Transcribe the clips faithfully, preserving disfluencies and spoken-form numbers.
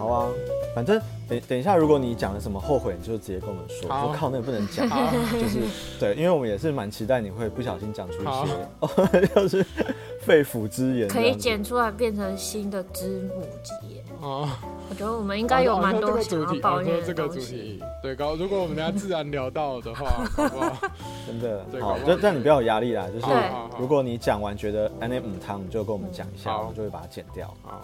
好啊，反正等等一下，如果你讲了什么后悔，你就直接跟我们说。说靠，那个不能讲，就是对，因为我们也是蛮期待你会不小心讲出一些，哦，就是肺腑之言， 可以剪出来变成新的知母集。哦，我觉得我们应该有蛮多想要抱怨的东西。 对，搞如果我们等下自然聊到的话，好不好？ 真的好，就但你不要有压力啦。就是如果你讲完觉得安内母汤，你就跟我们讲一下，我们就会把它剪掉。好。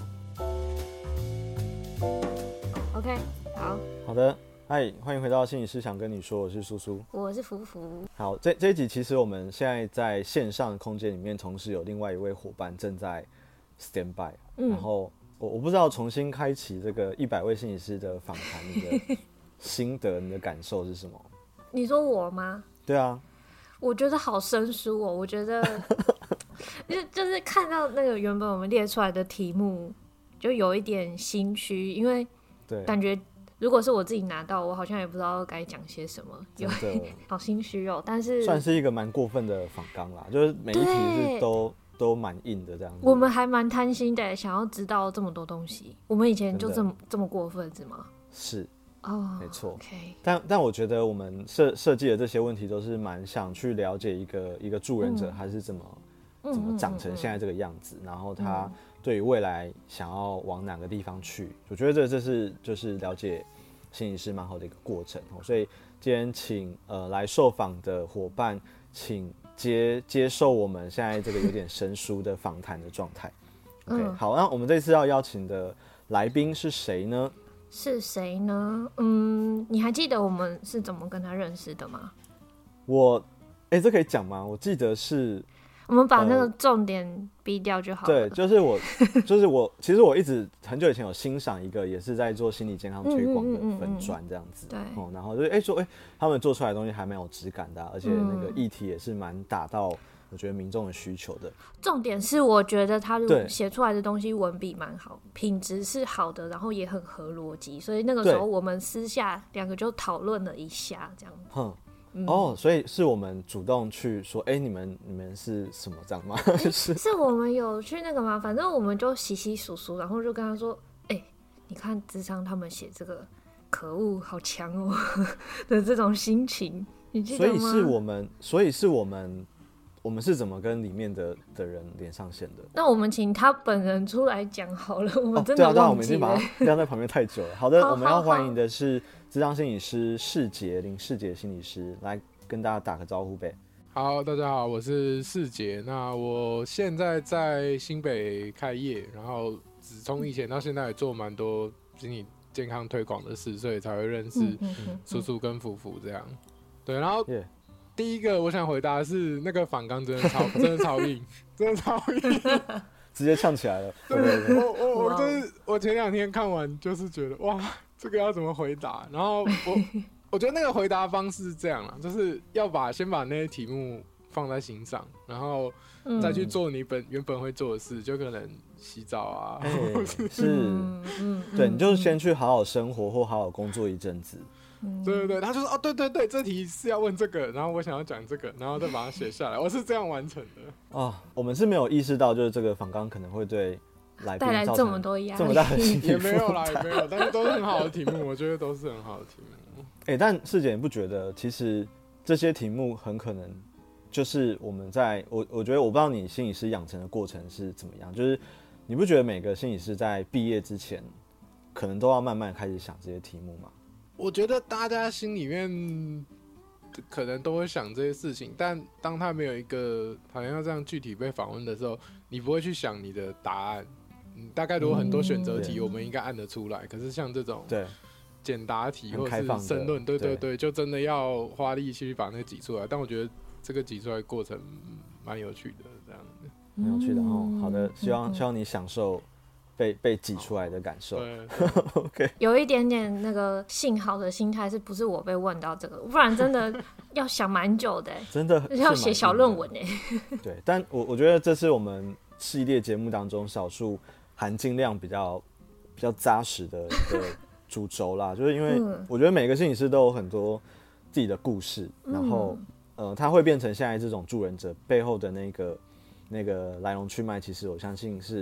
OK， 好。 好的，嗨，欢迎回到心理师想跟你说，我是苏苏， 我是福福。 好，这这一集其实我们现在在线上空间里面，同时有另外一位伙伴正在 stand by，嗯、然后。我我不知道重新开启这个一百位心理师的访谈，你的心得、你的感受是什么？ 你说我吗？ 对啊， 我觉得好生疏哦。我觉得就就是看到那个原本我们列出来的题目，就有一点心虚，因为感觉如果是我自己拿到，我好像也不知道该讲些什么，有好心虚哦。但是算是一个蛮过分的访纲啦，就是每一题是都。都蛮硬的这样子， 我们还蛮贪心的，想要知道这么多东西。我们以前就这么这么过分是吗？ 是哦， 没错。 Okay. 但但我觉得我们设设计的这些问题都是蛮想去了解一个一个助人者他是怎么、嗯、怎么长成现在这个样子，嗯、然后他对于未来想要往哪个地方去，我觉得这这是就是了解心理师蛮好的一个过程。所以今天请呃来受访的伙伴，请。接接受我们现在这个有点生疏的访谈的状态。OK， 嗯、好，那我们这次要邀请的来宾是谁呢？ 是谁呢？嗯，你还记得我们是怎么跟他认识的吗？ 我，哎、欸，这可以讲吗？我记得是。 我们把那个重点逼掉就好了。 呃、对，就是我，就是我，其实我一直很久以前有欣赏一个，也是在做心理健康推广的粉专这样子。 对、 嗯，然后就哎、欸、说，哎、欸，他们做出来的东西还蛮有质感的、啊，而且那个议题也是蛮打到我觉得民众的需求的。 重点是我觉得他写出来的东西文笔蛮好，品质是好的，然后也很合逻辑，所以那个时候我们私下两个就讨论了一下这样子。 嗯嗯、哦，所以是我们主动去说，哎、欸，你们你们是什么这样吗？ 欸、是是我们有去那个吗？反正我们就洗洗数数，然后就跟他说，哎、欸，你看智商他们写这个，可恶，好强哦的这种心情，你记得吗？ 所以是我们，所以是我们，我们是怎么跟里面的的人连上线的？ 那我们请他本人出来讲好了，我们真的忘记了。哦、对啊，对啊， 我们已经把他晾在旁边太久了。好的，好好好，我们要欢迎的是。諮商心理师世杰林世杰心理师来跟大家打个招呼呗。 好，大家好，我是世杰。那我现在在新北开业，然后从以前到现在也做蛮多心理健康推广的事，所以才会认识叔叔跟福福这样。对，然后第一个我想回答的是那个访纲真的超真的超硬，真的超硬， 直接呛起来了。 对对对，我我我就是我前两天看完就是觉得哇。这个要怎么回答？然后我我觉得那个回答方式是这样啦，就是要把先把那些题目放在心上，然后再去做你本原本会做的事，就可能洗澡啊， 欸、是，嗯，对，你就先去好好生活或好好工作一阵子。 对对对，他就说哦，对对对，这题是要问这个，然后我想要讲这个，然后再把它写下来，我是这样完成的。 哦，我们是没有意识到，就是这个访纲可能会对。 带来这么多压力， 这么大的心理也没有啦，也没有，但是都是很好的题目，我觉得都是很好的题目。 哎、欸，但世姐你不觉得，其实这些题目很可能就是我们在我我觉得我不知道你心理师养成的过程是怎么样，就是你不觉得每个心理师在毕业之前，可能都要慢慢开始想这些题目吗？ 我觉得大家心里面可能都会想这些事情，但当他没有一个好像要这样具体被访问的时候，你不会去想你的答案。嗯、大概如果很多选择题，我们应该按得出来。嗯、可是像这种简答题或者是申论，对对对，就真的要花力气去把那个挤出来。但我觉得这个挤出来的过程蛮有趣的，这样子。 蛮有趣的哦。好的，希望希望你享受被被挤出来的感受。OK， 有一点点那个幸好的心态，是不是我被问到这个？不然真的要想蛮久的， 真的要写小论文哎。 对，但我我觉得这是我们系列节目当中少数含金量比较比较扎实的一个主轴啦，就是因为我觉得每个心理师都有很多自己的故事，嗯、然后呃，他会变成现在这种助人者背后的那个那个来龙去脉，其实我相信是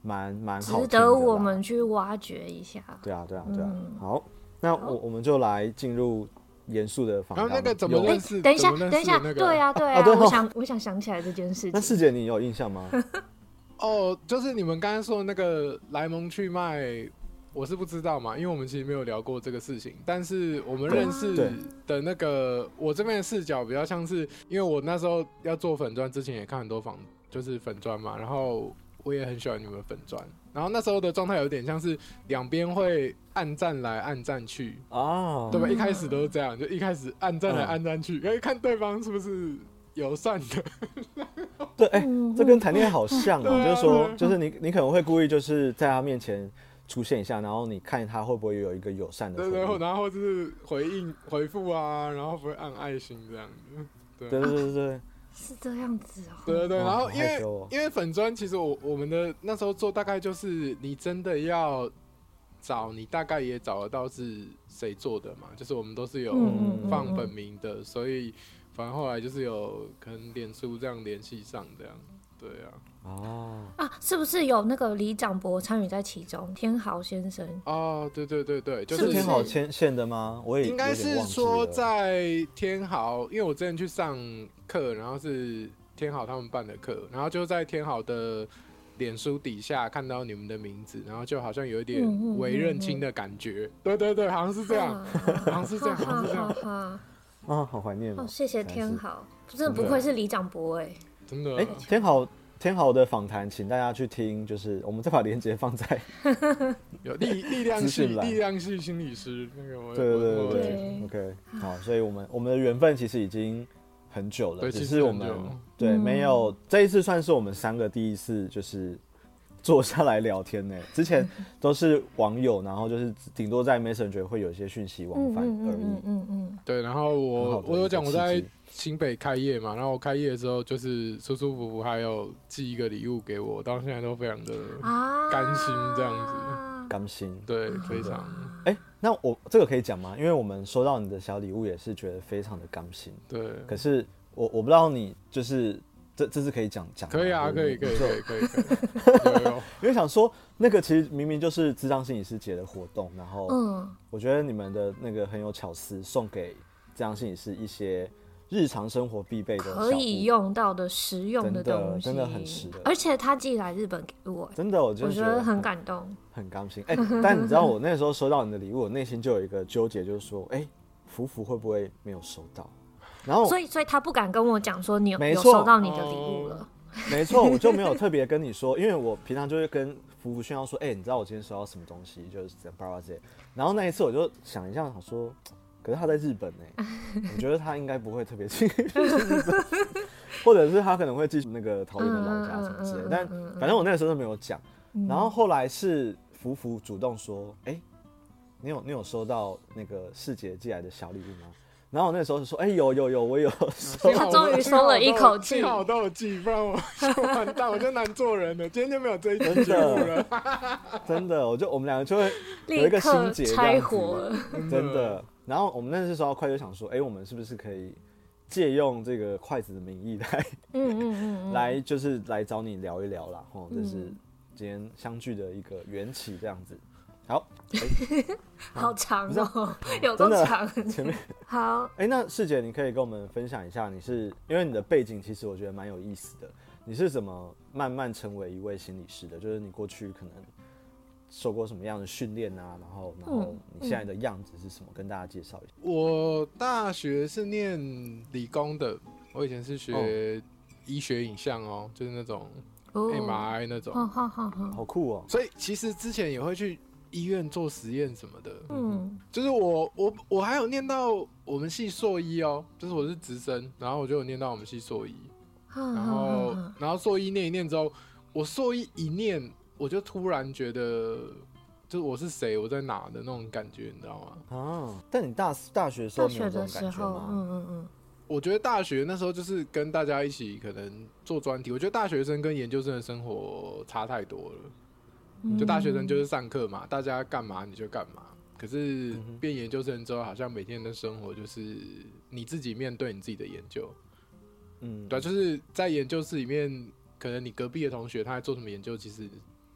蛮蛮好听的啦， 值得我们去挖掘一下。 对啊，对啊，对啊。嗯、好，那我我们就来进入严肃的访谈。 然后那个怎么认识？ 等一下， 那個、 等一下，对啊，对啊，啊我想我想想起来这件事情。 那世杰，你有印象吗？ 哦，就是你们刚才说的那个来龙去脉。我是不知道嘛，因为我们其实没有聊过这个事情，但是我们认识的那个，我这边的视角比较像是，因为我那时候要做粉专之前也看很多访，就是粉专嘛，然后我也很喜欢你们粉专，然后那时候的状态有点像是两边会按赞来按赞去哦，对吧？一开始都是这样，就一开始按赞来按赞去，可以看对方是不是友善的。 对，哎、欸，这跟谈恋爱好像哦、喔，就是说，就是你你可能会故意就是在他面前出现一下，然后你看他会不会有一个友善的回应， 对对，然后就是回应回复啊，然后不会按爱心这样子， 对对对对对， 是这样子哦。 对对对，然后因为、 哦、 因为粉专其实我我们的那时候做大概就是你真的要找，你大概也找得到是谁做的嘛，就是我们都是有放本名的，嗯嗯嗯嗯，所以反正后来就是有可能脸书这样联系上这样，对啊。 哦啊，是不是有那个李长博参与在其中？天豪先生哦，对对对对，就是天豪牵线的吗？我也应该是说在天豪，因为我之前去上课，然后是天豪他们办的课，然后就在天豪的脸书底下看到你们的名字，然后就好像有一点微认亲的感觉。嗯嗯嗯嗯对对对，好像是这样，好像是这样，好像是这样。 啊，好怀念哦！ 谢谢天豪，真的不愧是李长博哎， 真的。 哎，天豪。天豪的访谈，请大家去听，就是我们再把链接放在有力力量系力量系心理师那个我， 对对对对对 ，OK， 好，所以我们我们的缘分其实已经很久了，只是我们对没有这一次算是我们三个第一次就是坐下来聊天呢，之前都是网友，然后就是顶多在 Messenger 会有一些讯息往返而已，嗯嗯嗯， 对，然后我我有讲我在新北开业嘛，然后我开业的时候就是舒舒服服，还有寄一个礼物给我，到现在都非常的甘心这样子， 啊、甘心， 对，非常。 哎、欸，那我这个可以讲吗？因为我们收到你的小礼物也是觉得非常的甘心， 对。 可是我我不知道你就是这这是可以讲讲， 可以啊，可以可以可以可以可以，有有。 因为想说那个其实明明就是諮商心理師節的活动，然后我觉得你们的那个很有巧思，送给諮商心理師一些日常生活必备的小物可以用到的实用的东西， 真的很实的。 而且他寄来日本给我， 真的，我真的觉得很感动， 很甘心。哎、欸，但你知道我那时候收到你的礼物，我内心就有一个纠结，就是说，哎、欸，福福会不会没有收到？然后， 所以，所以他不敢跟我讲说你有有收到你的礼物了。 没错，我就没有特别跟你说，因为我平常就会跟福福炫耀说，哎、欸，你知道我今天收到什么东西，就是这样巴拉这些。然后那一次我就想一下，想说。可是他在日本呢、欸，我觉得他应该不会特别去日本，或者是他可能会寄那个桃园的老家什么之类的。但反正我那个时候都没有讲。然后后来是福福主动说：“哎、欸，你有你有收到那个世杰寄来的小礼物吗？”然后我那时候就说：“哎、欸，有有有，我有收。” 他终于松了一口气。 幸好我都有寄，不然我就完蛋，我就难做人了。今天就没有这一集节目了。 真的，我就我们两个就会有一个心结拆火了， 真的。然后我们那时候快就想说，哎、欸，我们是不是可以借用这个筷子的名义来，嗯嗯嗯，来就是来找你聊一聊啦，吼，这是今天相聚的一个缘起，这样子。好，欸、 好长哦、喔，有多长？ 前面好， 哎、欸，那世杰，你可以跟我们分享一下，你是因为你的背景其实我觉得蛮有意思的，你是怎么慢慢成为一位心理师的？就是你过去可能受过什么样的训练啊？然后，然后你现在的样子是什么？嗯、跟大家介绍一下。 我大学是念理工的，我以前是学医学影像哦、喔，就是那种 M R I 那种， 好好好， 好酷哦、喔。 所以其实之前也会去医院做实验什么的，嗯，就是我我我还有念到我们系硕一哦、喔，就是我是直升，然后我就有念到我们系硕一，然后然后硕一念一念之后，我硕一一念。我就突然觉得，就是我是谁，我在哪的那种感觉，你知道吗？ 啊！但你大大学的时候没有这种感觉吗？ 嗯嗯嗯。 我觉得大学那时候就是跟大家一起可能做专题。我觉得大学生跟研究生的生活差太多了。嗯、就大学生就是上课嘛，大家干嘛你就干嘛。可是变研究生之后，好像每天的生活就是你自己面对你自己的研究。嗯，对，就是在研究室里面，可能你隔壁的同学他在做什么研究，其实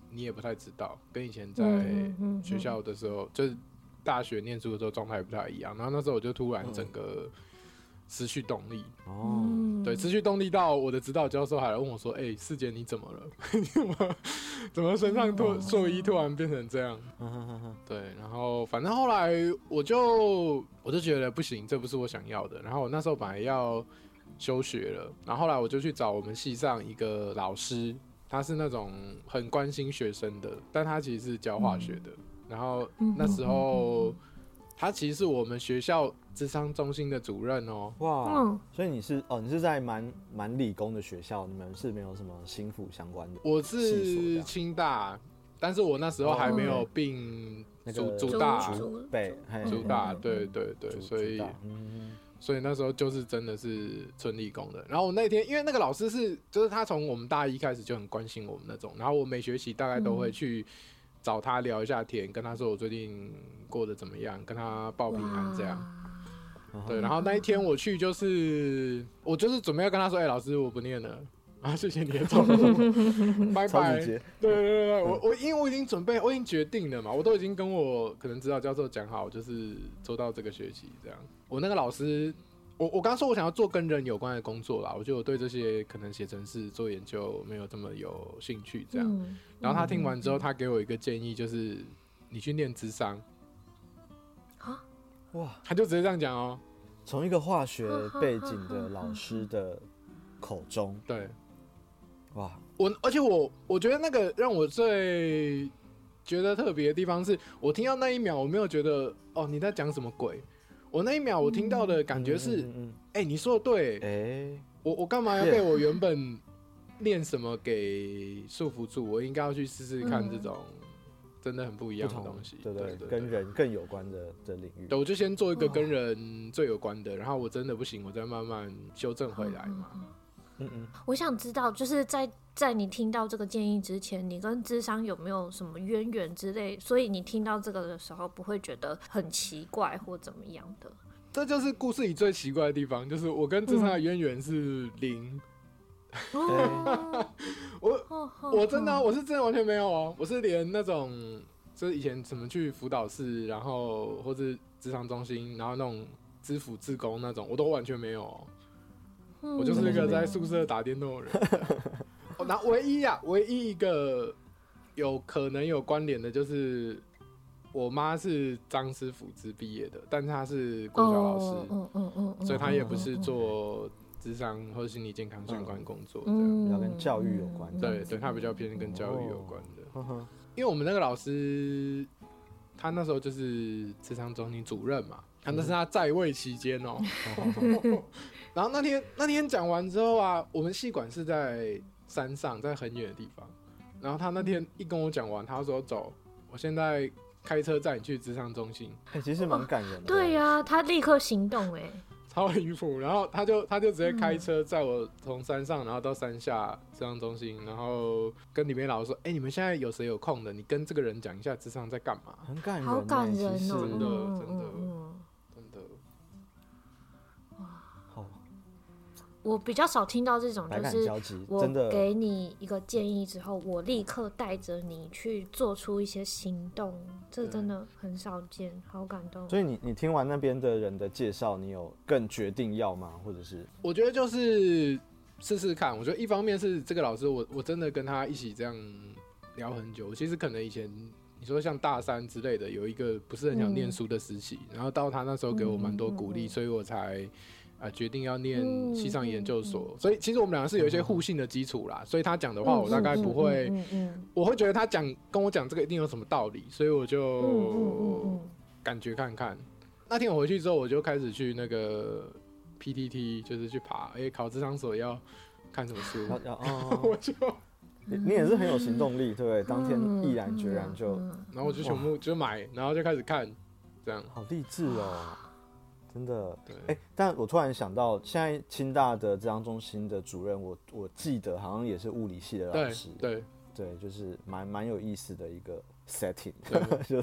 你也不太知道，跟以前在学校的时候，嗯嗯嗯、就是大学念书的时候状态不太一样。然后那时候我就突然整个失去动力，哦，对，失去动力到我的指导教授还来问我说：“哎、欸，世杰你怎么了？你怎么怎么身上突硕一突然变成这样？”对，然后反正后来我就我就觉得不行，这不是我想要的。然后我那时候本来要休学了，然后后来我就去找我们系上一个老师，他是那种很关心学生的，但他其实是教化学的。嗯、然后那时候他其实是我们学校諮商中心的主任哦。 哇，嗯、所以你是哦，你是在蛮蛮理工的学校，你们是没有什么心辅相关的？ 我是清大，但是我那时候还没有并主主大北主大，对对对，所以。所以那时候就是真的是纯理工的。然后我那天因为那个老师是就是他从我们大一开始就很关心我们那种，然后我每学期大概都会去找他聊一下天，跟他说我最近过得怎么样，跟他报平安这样。对，然后那一天我去就是我就是准备要跟他说，哎、欸，老师我不念了。啊，谢谢你的照顾，拜拜。对对对对，我我因为我已经准备，我已经决定了嘛，我都已经跟我可能指导教授讲好，就是做到这个学期这样。我那个老师，我我刚刚说我想要做跟人有关的工作啦，我觉得我对这些可能写程式做研究没有这么有兴趣这样。嗯、然后他听完之后，他给我一个建议，就是你去念諮商。啊，哇，他就直接这样讲哦， 从一个化学背景的老师的口中， 对。 哇， 我而且我我觉得那个让我最觉得特别的地方是，我听到那一秒我没有觉得哦你在讲什么鬼，我那一秒我听到的感觉是，哎、嗯嗯嗯欸，你说的对，哎、欸，我我干嘛要被我原本练什么给束缚住？我应该要去试试看这种真的很不一样的东西， 对 对, 对, 对, 对，跟人更有关的的领域。 对，我就先做一个跟人最有关的，然后我真的不行，我再慢慢修正回来嘛。 嗯嗯，我想知道，就是在在你听到这个建议之前，你跟諮商有没有什么渊源之类？所以你听到这个的时候，不会觉得很奇怪或怎么样的？ 这就是故事里最奇怪的地方，就是我跟諮商的渊源是零。嗯、我我真的、啊、我是真的完全没有哦，我是连那种就是以前怎么去辅导室，然后或是諮商中心，然后那种知辅志工那种，我都完全没有哦。我就是一个在宿舍打电动的人。那唯一啊，唯一一个有可能有关联的，就是我妈是张师辅之毕业的，但是她是国小老师，嗯嗯嗯，所以她也不是做諮商或者心理健康相关工作，这样比较跟教育有关的。 对对，她比较偏跟教育有关的。哦、因为我们那个老师，他那时候就是諮商中心主任嘛，他那是他在位期间哦。然后那天那天讲完之后啊，我们系馆是在山上，在很远的地方。然后他那天一跟我讲完，他说：“走，我现在开车载你去諮商中心。 欸”其实蛮感人的。 对呀、啊，他立刻行动哎， 超离谱。然後他就他就直接開車載我從山上，然後到山下諮商中心，然後跟裡面老師說：“哎、欸，你們現在有誰有空的？你跟這個人講一下諮商在幹嘛。” 很感人， 好感人哦， 真的真的真的。 哇，好。我比較少聽到這種，就是我給你一個建議之後，我立刻帶着你去做出一些行動，這真的很少見，好感動。 所以你你聽完那邊的人的介紹，你有更決定要嗎？或者是？ 我覺得就是試試看。我覺得一方面是這個老師，我我真的跟他一起這樣聊很久。其實可能以前你說像大三之類的，有一個不是很想念書的時期，嗯、然後到他那時候給我蠻多鼓勵，嗯、所以我才。啊、決定要念系上研究所、嗯，所以其實我們兩個是有一些互信的基礎啦。所以他講的話，我大概不會，嗯嗯嗯嗯、我會覺得他講跟我講這個一定有什麼道理，所以我就感覺看看。那天我回去之後，我就開始去那個 P T T， 就是去爬，哎、欸，考諮商所要看什麼書，哦、我就你你也是很有行動力，對不對？當天毅然決然就， 然後我就全部就買，然後就開始看，這樣好勵志哦。真的，對、欸，但我突然想到，現在清大的諮商中心的主任，我我記得好像也是物理系的老師， 對對，對，就是蠻蠻有意思的一個 setting， 就是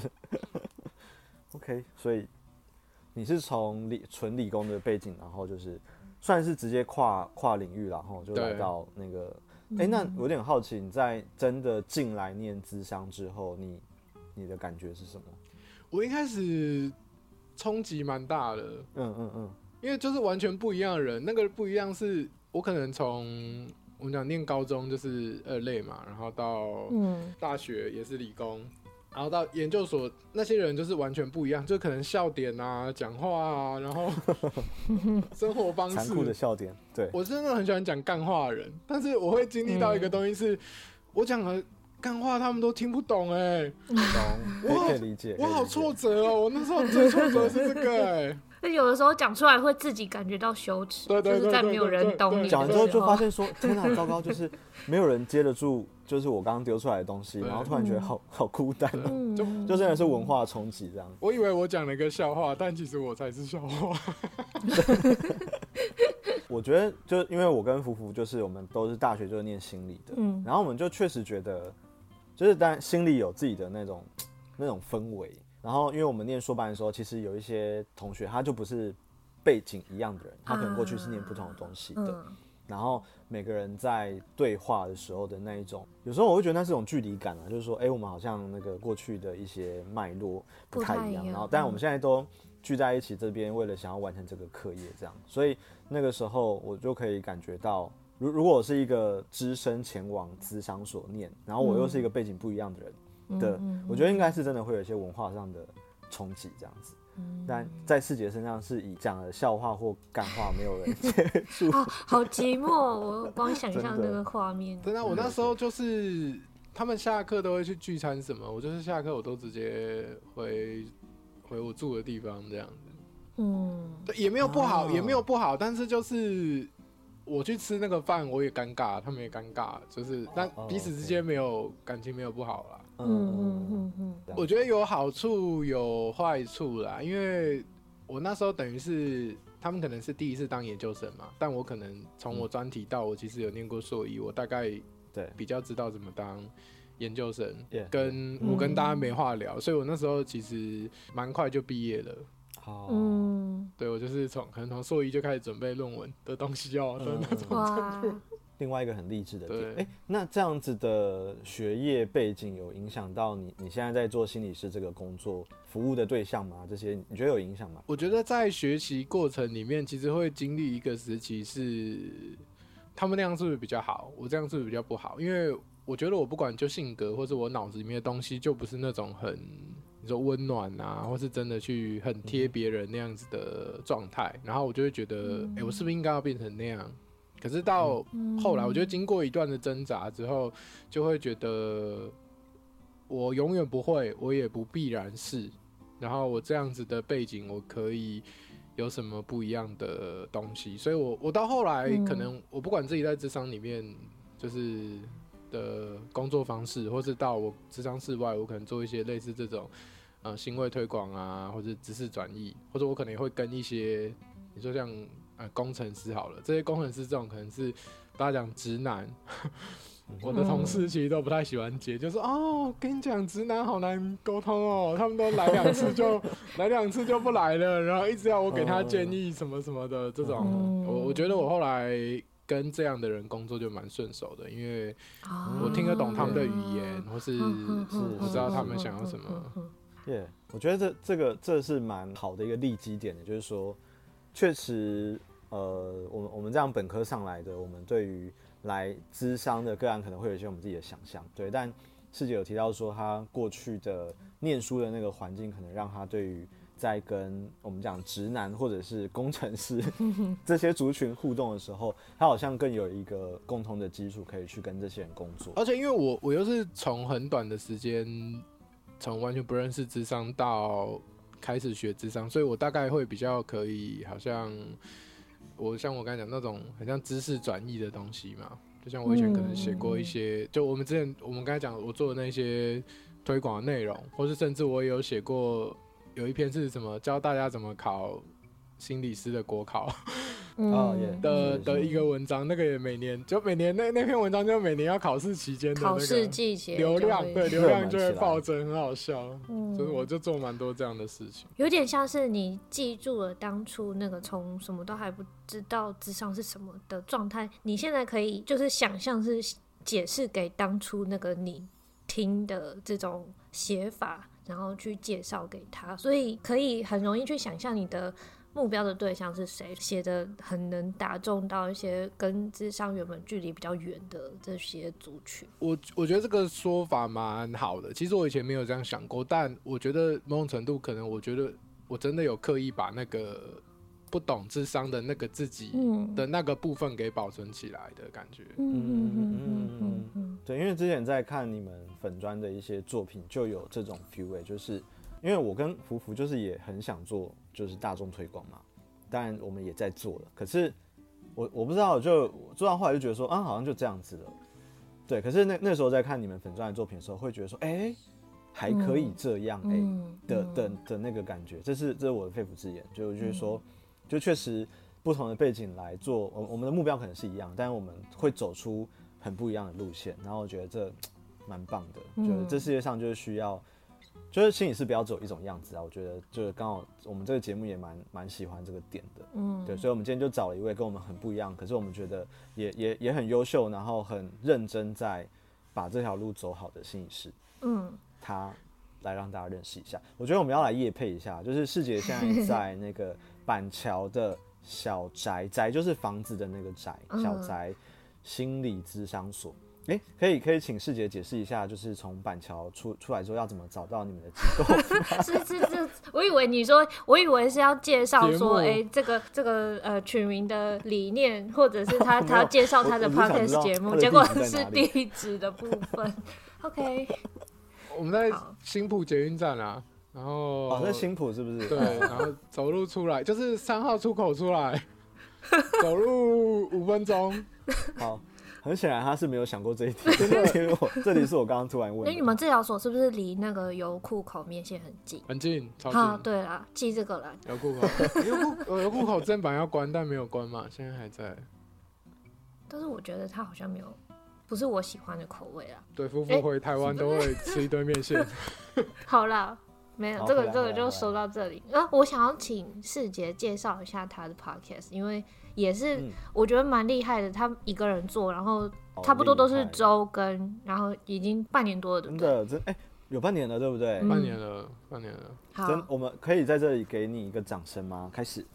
OK， 所以你是從理純理工的背景，然後就是算是直接跨跨領域，然後就來到那個哎、欸，那我有点好奇，你在真的进来念諮商之后，你你的感觉是什么？ 我一开始冲击蛮大的， 嗯嗯嗯， 因为就是完全不一样的人。那个不一样是我可能从我们讲念高中就是二类嘛，然后到大学也是理工。然后到研究所，那些人就是完全不一样，就可能笑点啊、讲话啊，然后生活方式， 残酷的笑点。对， 我真的很喜欢讲干话的人，但是我会经历到一个东西是，嗯、我讲了干话，他们都听不懂哎、欸， 懂，可以理解。 我好挫折哦，我那时候最挫折是这个哎、欸。 那有的时候讲出来会自己感觉到羞耻， 对对对对对对， 就是在没有人懂你的时候。 讲完之后就发现说，天哪，糟糕，就是没有人接得住，就是我刚刚丢出来的东西，然后突然觉得好、嗯、好孤单、喔嗯，就就真的是文化冲击这样。 我以为我讲了一个笑话，但其实我才是笑话。 我觉得就因为我跟福福就是我们都是大学就是念心理的，嗯，然后我们就确实觉得，就是当然心理有自己的那种那种氛围。然后，因为我们念硕班的时候，其实有一些同学，他就不是背景一样的人，他可能过去是念不同的东西的。啊嗯、然后每个人在对话的时候的那一种，有时候我会觉得那是种距离感啊，就是说，哎，我们好像那个过去的一些脉络不太一样。然后，但我们现在都聚在一起这边，为了想要完成这个课业，这样。所以那个时候我就可以感觉到，如如果我是一个只身前往諮商所念，然后我又是一个背景不一样的人。嗯的，我觉得应该是真的会有一些文化上的冲击这样子，嗯、但在世杰身上是以讲的笑话或干话没有人接住、 哦，好寂寞，我光想象那个画面。 真的，我那时候就是他们下课都会去聚餐什么，我就是下课我都直接回回我住的地方这样子，嗯，也没有不好，哦、也没有不好，但是就是我去吃那个饭，我也尴尬，他们也尴尬，就是但彼此之间没有感情，没有不好啦。嗯嗯嗯嗯，我觉得有好处有坏处啦，因为我那时候等于是他们可能是第一次当研究生嘛，但我可能从我专题到我其实有念过硕一，我大概对比较知道怎么当研究生，跟我跟大家没话聊，所以我那时候其实蛮快就毕业了。好，嗯，对我就是从可能从硕一就开始准备论文的东西哦、喔、的那种程度。 另外一个很励志的点，哎、欸，那这样子的学业背景有影响到你你现在在做心理师这个工作服务的对象吗？这些你觉得有影响吗？ 我觉得在学习过程里面，其实会经历一个时期是，他们那样是不是比较好，我这样是不是比较不好？因为我觉得我不管就性格或者我脑子里面的东西，就不是那种很你说温暖啊，或是真的去很贴别人那样子的状态，然后我就会觉得，哎、欸，我是不是应该要变成那样？可是到后来，我觉得经过一段的挣扎之后，就会觉得我永远不会，我也不必然是。然后我这样子的背景，我可以有什么不一样的东西？所以我我到后来，可能我不管自己在諮商里面就是的工作方式，或是到我諮商室外，我可能做一些类似这种呃行为推广啊，或者知识转译，或者我可能也会跟一些你说像。呃，工程师好了，这些工程师这种可能是大家讲直男，我的同事其实都不太喜欢接，就是哦，跟你讲直男好难沟通哦，他们都来两次就来两次就不来了，然后一直要我给他建议什么什么的这种，嗯、我我觉得我后来跟这样的人工作就蛮顺手的，因为我听得懂他们的语言，或是我知道他们想要什么。 耶、yeah, 我觉得这这个这是蛮好的一个立基点的，就是说。确实，呃，我们我们这样本科上来的，我们对于来諮商的个案可能会有一些我们自己的想象，对。但世杰有提到说，他过去的念书的那个环境，可能让他对于在跟我们讲直男或者是工程师这些族群互动的时候，他好像更有一个共同的基础，可以去跟这些人工作。 而且因为我我又是从很短的时间，从完全不认识諮商到。开始学諮商，所以我大概会比较可以，好像我像我刚才讲那种很像知识转译的东西嘛，就像我以前可能写过一些，嗯、就我们之前我们刚才讲我做的那些推广的内容，或是甚至我也有写过有一篇是什么教大家怎么考心理师的国考。嗯、的的一个文章，那个也每年就每年那那篇文章就每年要考试期间的那个流量，对流量就会暴增，很好笑。嗯，所以我就做蛮多这样的事情， 有点像是你记住了当初那个从什么都还不知道諮商是什么的状态，你现在可以就是想象是解释给当初那个你听的这种写法，然后去介绍给他，所以可以很容易去想象你的目标的对象是谁，写的很能打中到一些跟諮商原本距离比较远的这些族群。 我我觉得这个说法蛮好的，其实我以前没有这样想过，但我觉得某种程度可能我觉得我真的有刻意把那个不懂諮商的那个自己的那个部分给保存起来的感觉。 嗯嗯嗯嗯嗯，对，因为之前在看你们粉专的一些作品，就有这种 feel， 就是因为我跟福福就是也很想做就是大众推广嘛，当然我们也在做了，可是我我不知道，就做到后来就觉得说啊，好像就这样子了，对。可是那那时候在看你们粉专的作品的时候，会觉得说，哎、欸，还可以这样，哎、欸嗯、的的的那个感觉，这是这是我的肺腑之言，就就是说，就确实不同的背景来做，我我们的目标可能是一样，但是我们会走出很不一样的路线，然后我觉得这蛮棒的，就是这世界上就是需要。就是心理师不要只有一种样子啊，我觉得就是刚好我们这个节目也蛮蛮喜欢这个点的，嗯，对，所以我们今天就找了一位跟我们很不一样，可是我们觉得也也也很优秀，然后很认真在把这条路走好的心理师，嗯，他来让大家认识一下。我觉得我们要来业配一下，就是世杰现在在那个板桥的小宅，宅就是房子的那个宅，小宅心理諮商所。哎、欸，可以可以请世杰解释一下，就是从板桥出出来之后要怎么找到你们的机构？ 是是是，我以为你说，我以为是要介绍说，哎、欸，这个这个呃取名的理念，或者是他他介绍他的 podcast 节目，结果是地址的部分。OK， 我们在新埔捷运站啊，然后哦，在新埔是不是？ 对，然后走路出来就是三号出口出来，走路五分钟。 好。很显然他是没有想过这一题，真的，因为我这里是我刚刚突然问的。 哎，你们治疗所是不是离那个油库口面线很近？ 很近，超近。 好，对啦，记这个啦。 油库口，油库油库口正版要关，但没有关嘛，现在还在。 但是我觉得它好像没有，不是我喜欢的口味啦。 对，夫妇回台湾都会吃一堆面线。 好啦。没有，这个这个就说到这里。啊，我想要请世杰介绍一下他的 podcast， 因为也是我觉得蛮厉害的。他一个人做，然后差不多都是周更，然后已经半年多了，对不对？ 真的，真哎、欸，有半年了，对不对？ 嗯、半年了，半年了。 好， 真，我们可以在这里给你一个掌声吗？开始。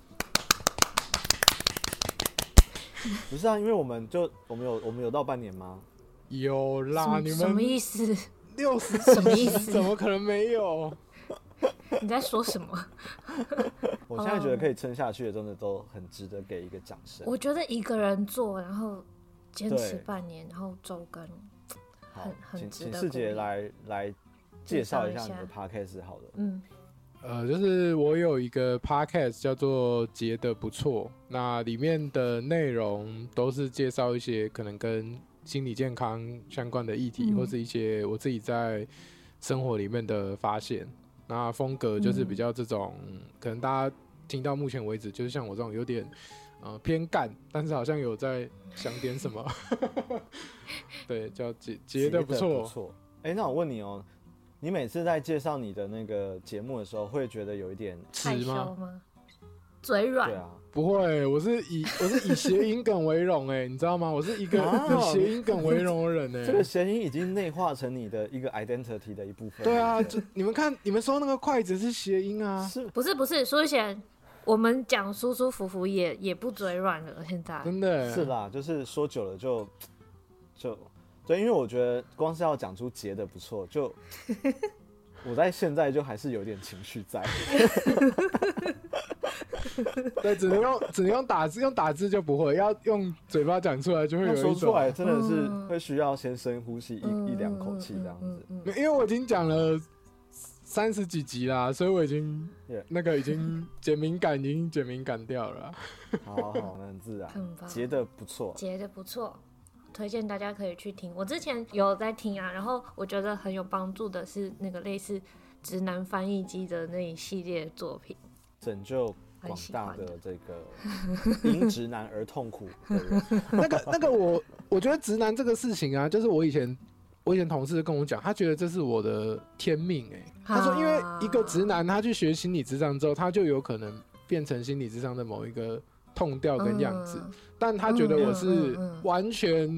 不是啊，因为我们就我们有我们有到半年吗？ 有啦，你们什么意思？ 六十什么意思？ 怎么可能没有？ 你在说什么？ 我现在觉得可以撑下去的，真的都很值得给一个掌声。 我觉得一个人做，然后坚持半年，然后周更，很很值得。 请世杰来来介绍一下你的 podcast 好了。 嗯， 呃，就是我有一个 podcast 叫做“结得不错”，那里面的内容都是介绍一些可能跟心理健康相关的议题，嗯、或是一些我自己在生活里面的发现。那风格就是比较这种，嗯、可能大家听到目前为止，就是像我这种有点呃偏干，但是好像有在想点什么。对，叫结结得不错。 哎、欸，那我问你哦、喔，你每次在介绍你的那个节目的时候，会觉得有一点害羞吗？嘴软？ 对啊， 不会，我是以我是以谐音梗为荣，哎，你知道吗？我是一个以谐音梗为荣的人，哎， 这个谐音已经内化成你的一个 identity 的一部分。 对啊，就你们看，你们说那个筷子是谐音啊？ 是不是不是？苏贤，我们讲舒舒服服也也不嘴软了，现在真的是啦，就是说久了就就对，因为我觉得光是要讲出结的不错，就我在现在就还是有点情绪在。 对，只能用只能用打字，用打字就不会，要用嘴巴讲出来就会有一种。 说出来真的是会需要先深呼吸一、嗯、一两口气这样子。 因为我已经讲了三十几集啦，所以我已经、yeah. 那个已经减敏感，已经减敏感掉了。 好好好，很自然，结得不错， 结得不错。推荐大家可以去听，我之前有在听啊，然后我觉得很有帮助的是那个类似直男翻译机的那一系列的作品， 拯救广大的这个因直男而痛苦的人。 那个那个我我觉得直男这个事情啊，就是我以前我以前同事跟我讲，他觉得这是我的天命哎、欸，他说因为一个直男他去学心理諮商之后，他就有可能变成心理諮商的某一个痛调跟样子、嗯，但他觉得我是完全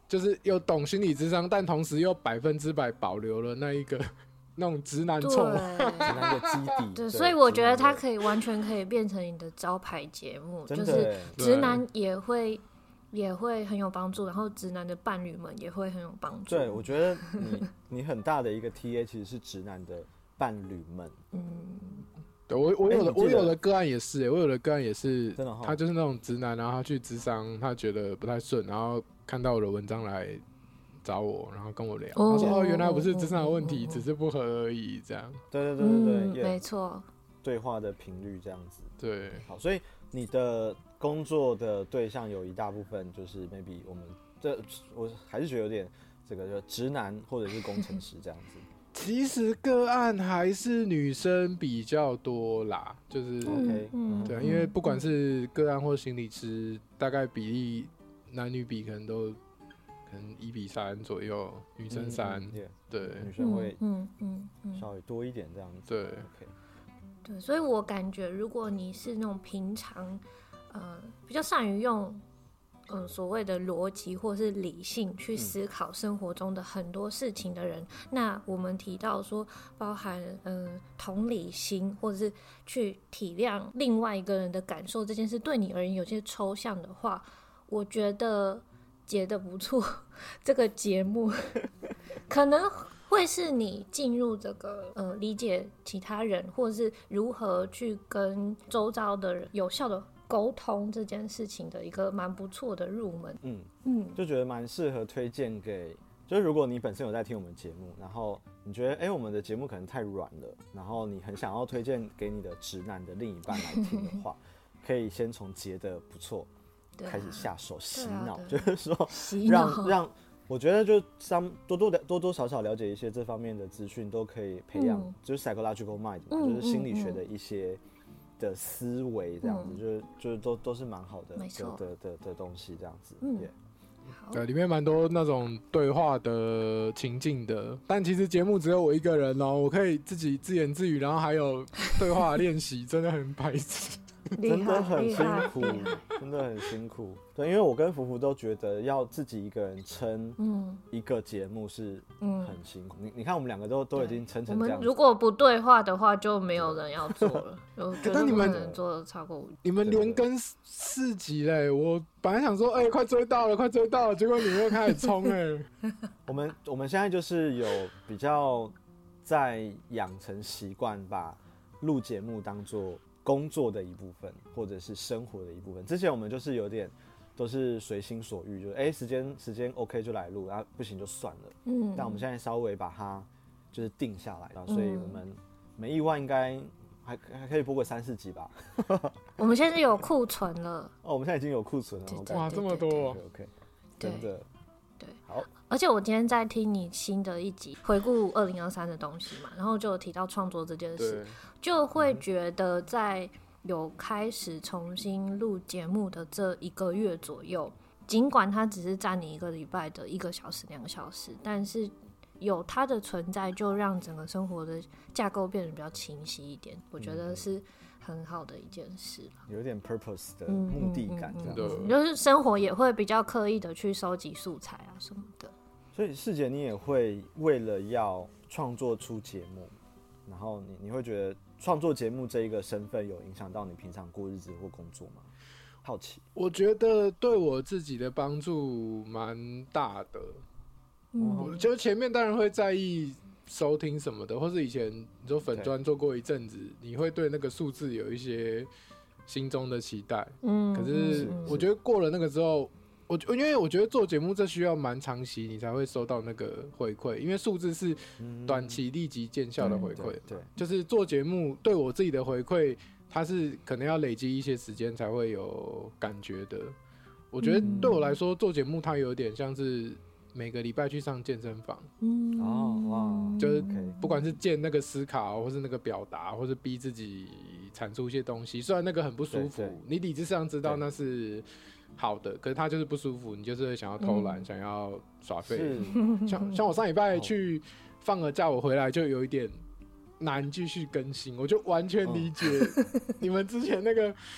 就是又懂心理咨商，但同时又百分之百保留了那一个那种直男臭， 直男的基底。 对，所以我觉得它可以完全可以变成你的招牌节目，就是直男也会也会很有帮助，然后直男的伴侣们也会很有帮助。 对，我觉得你你很大的一个 T A 其实是直男的伴侣们。嗯， 对我我有的、欸、我有的个案也是、欸，我有的个案也是， 真的、哦、 他就是那种直男，然后他去諮商，他觉得不太顺，然后看到我的文章来找我，然后跟我聊，哦、他说哦，原来不是諮商的問題、哦，只是不合而已，这样。 对对对对对， 嗯、沒錯。 对话的频率这样子。 对， 好，所以你的工作的对象有一大部分就是 maybe 我们这我还是觉得有点这个就直男或者是工程师这样子。 其实个案还是女生比较多啦，就是 OK， 嗯，对，因为不管是个案或心理师，大概比例男女比可能都可能一比三左右，女生三、嗯嗯 yeah, 对， 女生会嗯嗯嗯稍微多一点这样子。 对 ，OK。 对，所以我感觉，如果你是那种平常，呃，比较善于用，嗯、呃，所谓的逻辑或是理性去思考生活中的很多事情的人，嗯、那我们提到说，包含嗯、呃、同理心，或者是去体谅另外一个人的感受这件事，对你而言有些抽象的话，我觉得解得不错，这个节目可能会是你进入这个呃理解其他人，或者是如何去跟周遭的人有效的沟通这件事情的一个蛮不错的入门。嗯嗯，就觉得蛮适合推荐给，就是如果你本身有在听我们节目，然后你觉得哎、欸、我们的节目可能太软了，然后你很想要推荐给你的直男的另一半来听的话，可以先从结得不错开始下手洗脑、啊，就是说让让。我觉得就多多多多少少了解一些这方面的资讯，都可以培养、嗯，就是 psychological mind 嘛、嗯，就是心理学的一些的思维，这样子，嗯、就是就是都都是蛮好的的的的的东西，这样子。嗯， yeah. 对，里面蛮多那种对话的情境的，但其实节目只有我一个人哦，我可以自己自言自语，然后还有对话练习，真的很白痴。 真的很辛苦，真的很辛苦。对，因为我跟福福都觉得要自己一个人撑一个节目是很辛苦。嗯、你你看，我们两个都都已经撑成这样子。 我们如果不对话的话，就没有人要做了。我觉得不可能做超过五集。 你们连更四集嘞，我本来想说，哎、欸，快追到了，快追到了，结果你们又开始冲哎。 我们我们现在就是有比较在养成习惯，把录节目当作工作的一部分，或者是生活的一部分。之前我们就是有点都是随心所欲，就是哎、欸、时间时间 OK 就来录，然后不行就算了。嗯，但我们现在稍微把它就是定下来了，所以我们没意外应该还还可以播个三四集吧。 我们现在有库存了。 哦，我们现在已经有库存了。 哇，这么多 ！OK，, okay 真的。 对， 好。 而且我今天在听你新的一集回顾二零二三的东西嘛，然后就有提到创作这件事，就会觉得在有开始重新录节目的这一个月左右，尽管它只是占你一个礼拜的一个小时、两个小时，但是有它的存在，就让整个生活的架构变得比较清晰一点。我觉得是很好的一件事， 有点 purpose 的目的感，这样子、嗯嗯嗯、 就是生活也会比较刻意的去收集素材啊什么的。 所以世杰，你也会为了要创作出节目，然后 你, 你会觉得创作节目这一个身份有影响到你平常过日子或工作吗？好奇。 我觉得对我自己的帮助蛮大的。嗯，我觉得前面当然会在意收听什么的，或是以前你说粉专做过一阵子，你会对那个数字有一些心中的期待。嗯，可是我觉得过了那个之后。我因为我觉得做节目这需要蛮长期你才会收到那个回馈，因为数字是短期立即见效的回馈、嗯、对, 对，就是做节目对我自己的回馈，它是可能要累积一些时间才会有感觉的。我觉得对我来说、嗯、做节目它有点像是每个礼拜去上健身房，嗯哦哇，就是不管是健那个思考，或是那个表达，或是逼自己阐述一些东西，虽然那个很不舒服，你理智上知道那是好的，可是他就是不舒服，你就是想要偷懒、嗯，想要耍废。像像我上礼拜去放了假，我回来就有一点难继续更新，我就完全理解你们之前那个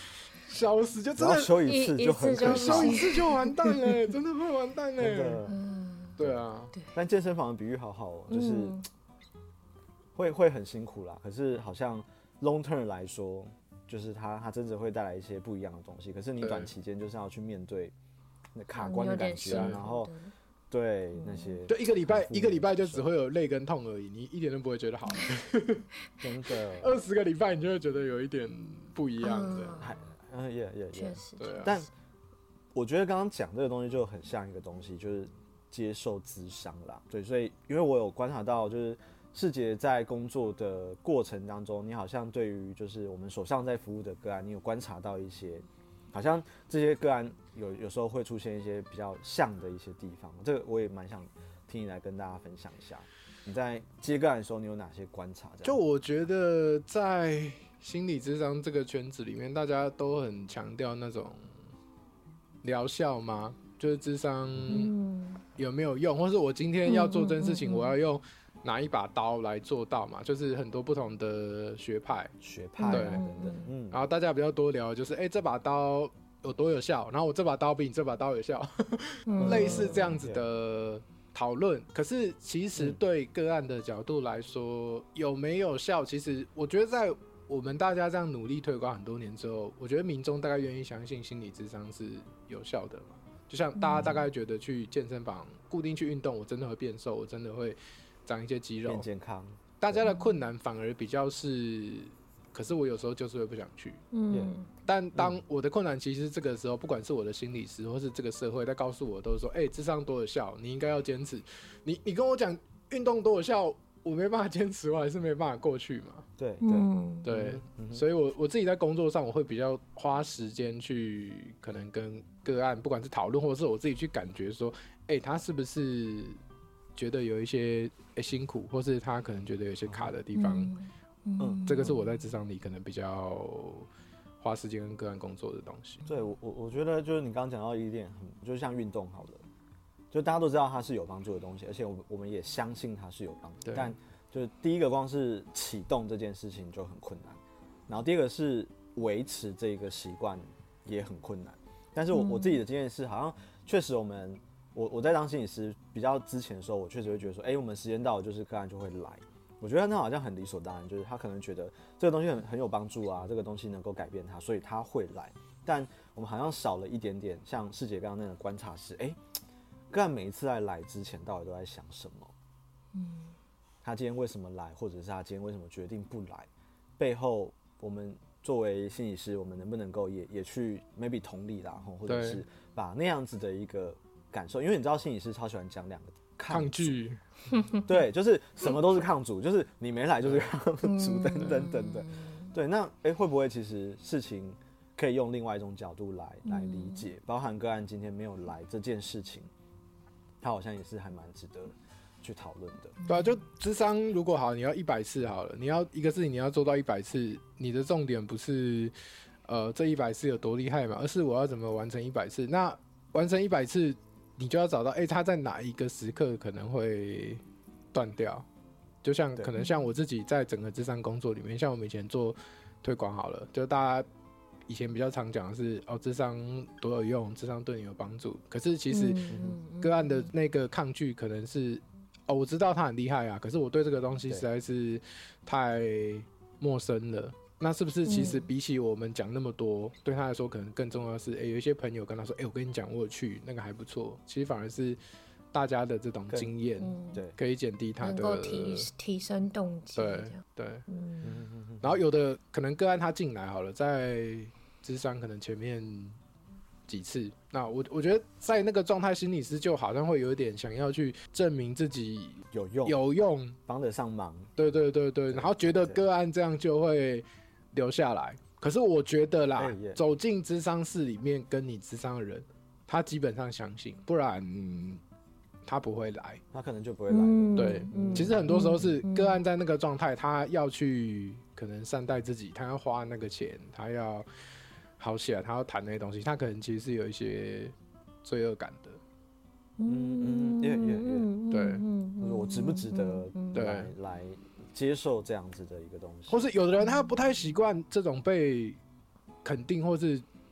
消失就真的修一次就很可修一次就完蛋了，真的会完蛋了。 真的， 对啊。 但健身房的比喻好好哦，就是会会很辛苦啦。可是好像 long term 来说，就是它它真的会带来一些不一样的东西。可是你短期间就是要去面对那卡关的感觉啊，然后。对那些， 就一个礼拜，一个礼拜就只会有累跟痛而已，你一点都不会觉得好。 真的， 二十个礼拜你就会觉得有一点不一样的。 还，嗯，也也也， 确实， 对啊。 但我觉得刚刚讲这个东西就很像一个东西，就是接受咨商啦。对，所以因为我有观察到，就是世杰在工作的过程当中，你好像对于就是我们手上在服务的个案，你有观察到一些。好像这些个案有有时候会出现一些比较像的一些地方，这个我也蛮想听你来跟大家分享一下。你在接个案的时候，你有哪些观察？ 就我觉得在心理咨商这个圈子里面，大家都很强调那种疗效吗？就是諮商有没有用，或是我今天要做这件事情，我要用哪一把刀来做到嘛？就是很多不同的学派， 学派对， 等等，嗯， 然后大家比较多聊就是，哎、欸，这把刀有多有效，然后我这把刀比你这把刀有效，类似这样子的讨论。可是其实对个案的角度来说，有没有效？其实我觉得在我们大家这样努力推广很多年之后，我觉得民众大概愿意相信心理諮商是有效的嘛。就像大家大概觉得去健身房固定去运动，我真的会变瘦，我真的会长一些肌肉， 变健康。 大家的困难反而比较是，可是我有时候就是会不想去。嗯，但当我的困难其实这个时候，不管是我的心理师或是这个社会在告诉我，都是说，哎、欸，諮商多有效，你应该要坚持。你你跟我讲运动多有效，我没办法坚持，我还是没办法过去嘛。 对对、 嗯、对、嗯，所以我我自己在工作上，我会比较花时间去可能跟个案，不管是讨论，或者是我自己去感觉说，哎、欸，他是不是觉得有一些、欸、辛苦，或是他可能觉得有一些卡的地方。嗯，嗯这个是我在諮商里可能比较花时间跟个案工作的东西。 对，我我觉得就是你刚刚讲到一点很，就像运动好了，就大家都知道它是有帮助的东西，而且我我们也相信它是有帮助，但就是第一个光是启动这件事情就很困难，然后第二个是维持这个习惯也很困难。但是我、嗯、我自己的经验是，好像确实我们我我在当心理师比较之前的时候，我确实会觉得说，哎、欸，我们时间到了，就是个案就会来。我觉得那好像很理所当然，就是他可能觉得这个东西很很有帮助啊，这个东西能够改变他，所以他会来。但我们好像少了一点点，像世杰刚刚那个观察是，哎、欸，个案每一次在来之前，到底都在想什么？嗯。他今天为什么来，或者是他今天为什么决定不来？背后我们作为心理师，我们能不能够也也去 maybe 同理啦，或者是把那样子的一个感受，因为你知道心理师超喜欢讲两个抗拒， 对，就是什么都是抗阻，就是你没来就是抗阻等等等的。对，那哎、欸、会不会其实事情可以用另外一种角度来来理解，包含个案今天没有来这件事情，他好像也是还蛮值得去讨论的。 对啊，就諮商如果好，你要一百次好了，你要一个事情你要做到一百次，你的重点不是呃这一百次有多厉害嘛，而是我要怎么完成一百次。那完成一百次，你就要找到，哎、欸，他在哪一个时刻可能会断掉。就像可能像我自己在整个諮商工作里面，像我们以前做推广好了，就大家以前比较常讲的是哦，諮商多有用，諮商对你有帮助。可是其实个案的那个抗拒可能是。哦，我知道他很厉害啊，可是我对这个东西实在是太陌生了。那是不是其实比起我们讲那么多，嗯、对他来说可能更重要的是，哎、欸，有一些朋友跟他说，哎、欸，我跟你讲，我有去那个还不错。其实反而是大家的这种经验，对、嗯，可以减低他的， 能够提提升动机。 对对，嗯。然后有的可能个案他进来好了，在諮商可能前面几次，那我我觉得在那个状态，心理师就好像会有点想要去证明自己有用， 有用， 帮得上忙。 对对对对，然后觉得个案这样就会留下来。可是我觉得啦，欸、走进諮商室里面跟你諮商的人，他基本上相信，不然、嗯、他不会来， 他可能就不会来了。 嗯、对、嗯，其实很多时候是个案在那个状态，他要去可能善待自己，他要花那个钱，他要。好起来，他要谈那些东西，他可能其实是有一些罪恶感的。 嗯嗯，也也也， 对， 就是我值不值得来来接受这样子的一个东西？ 或是有的人他不太习惯这种被肯定或是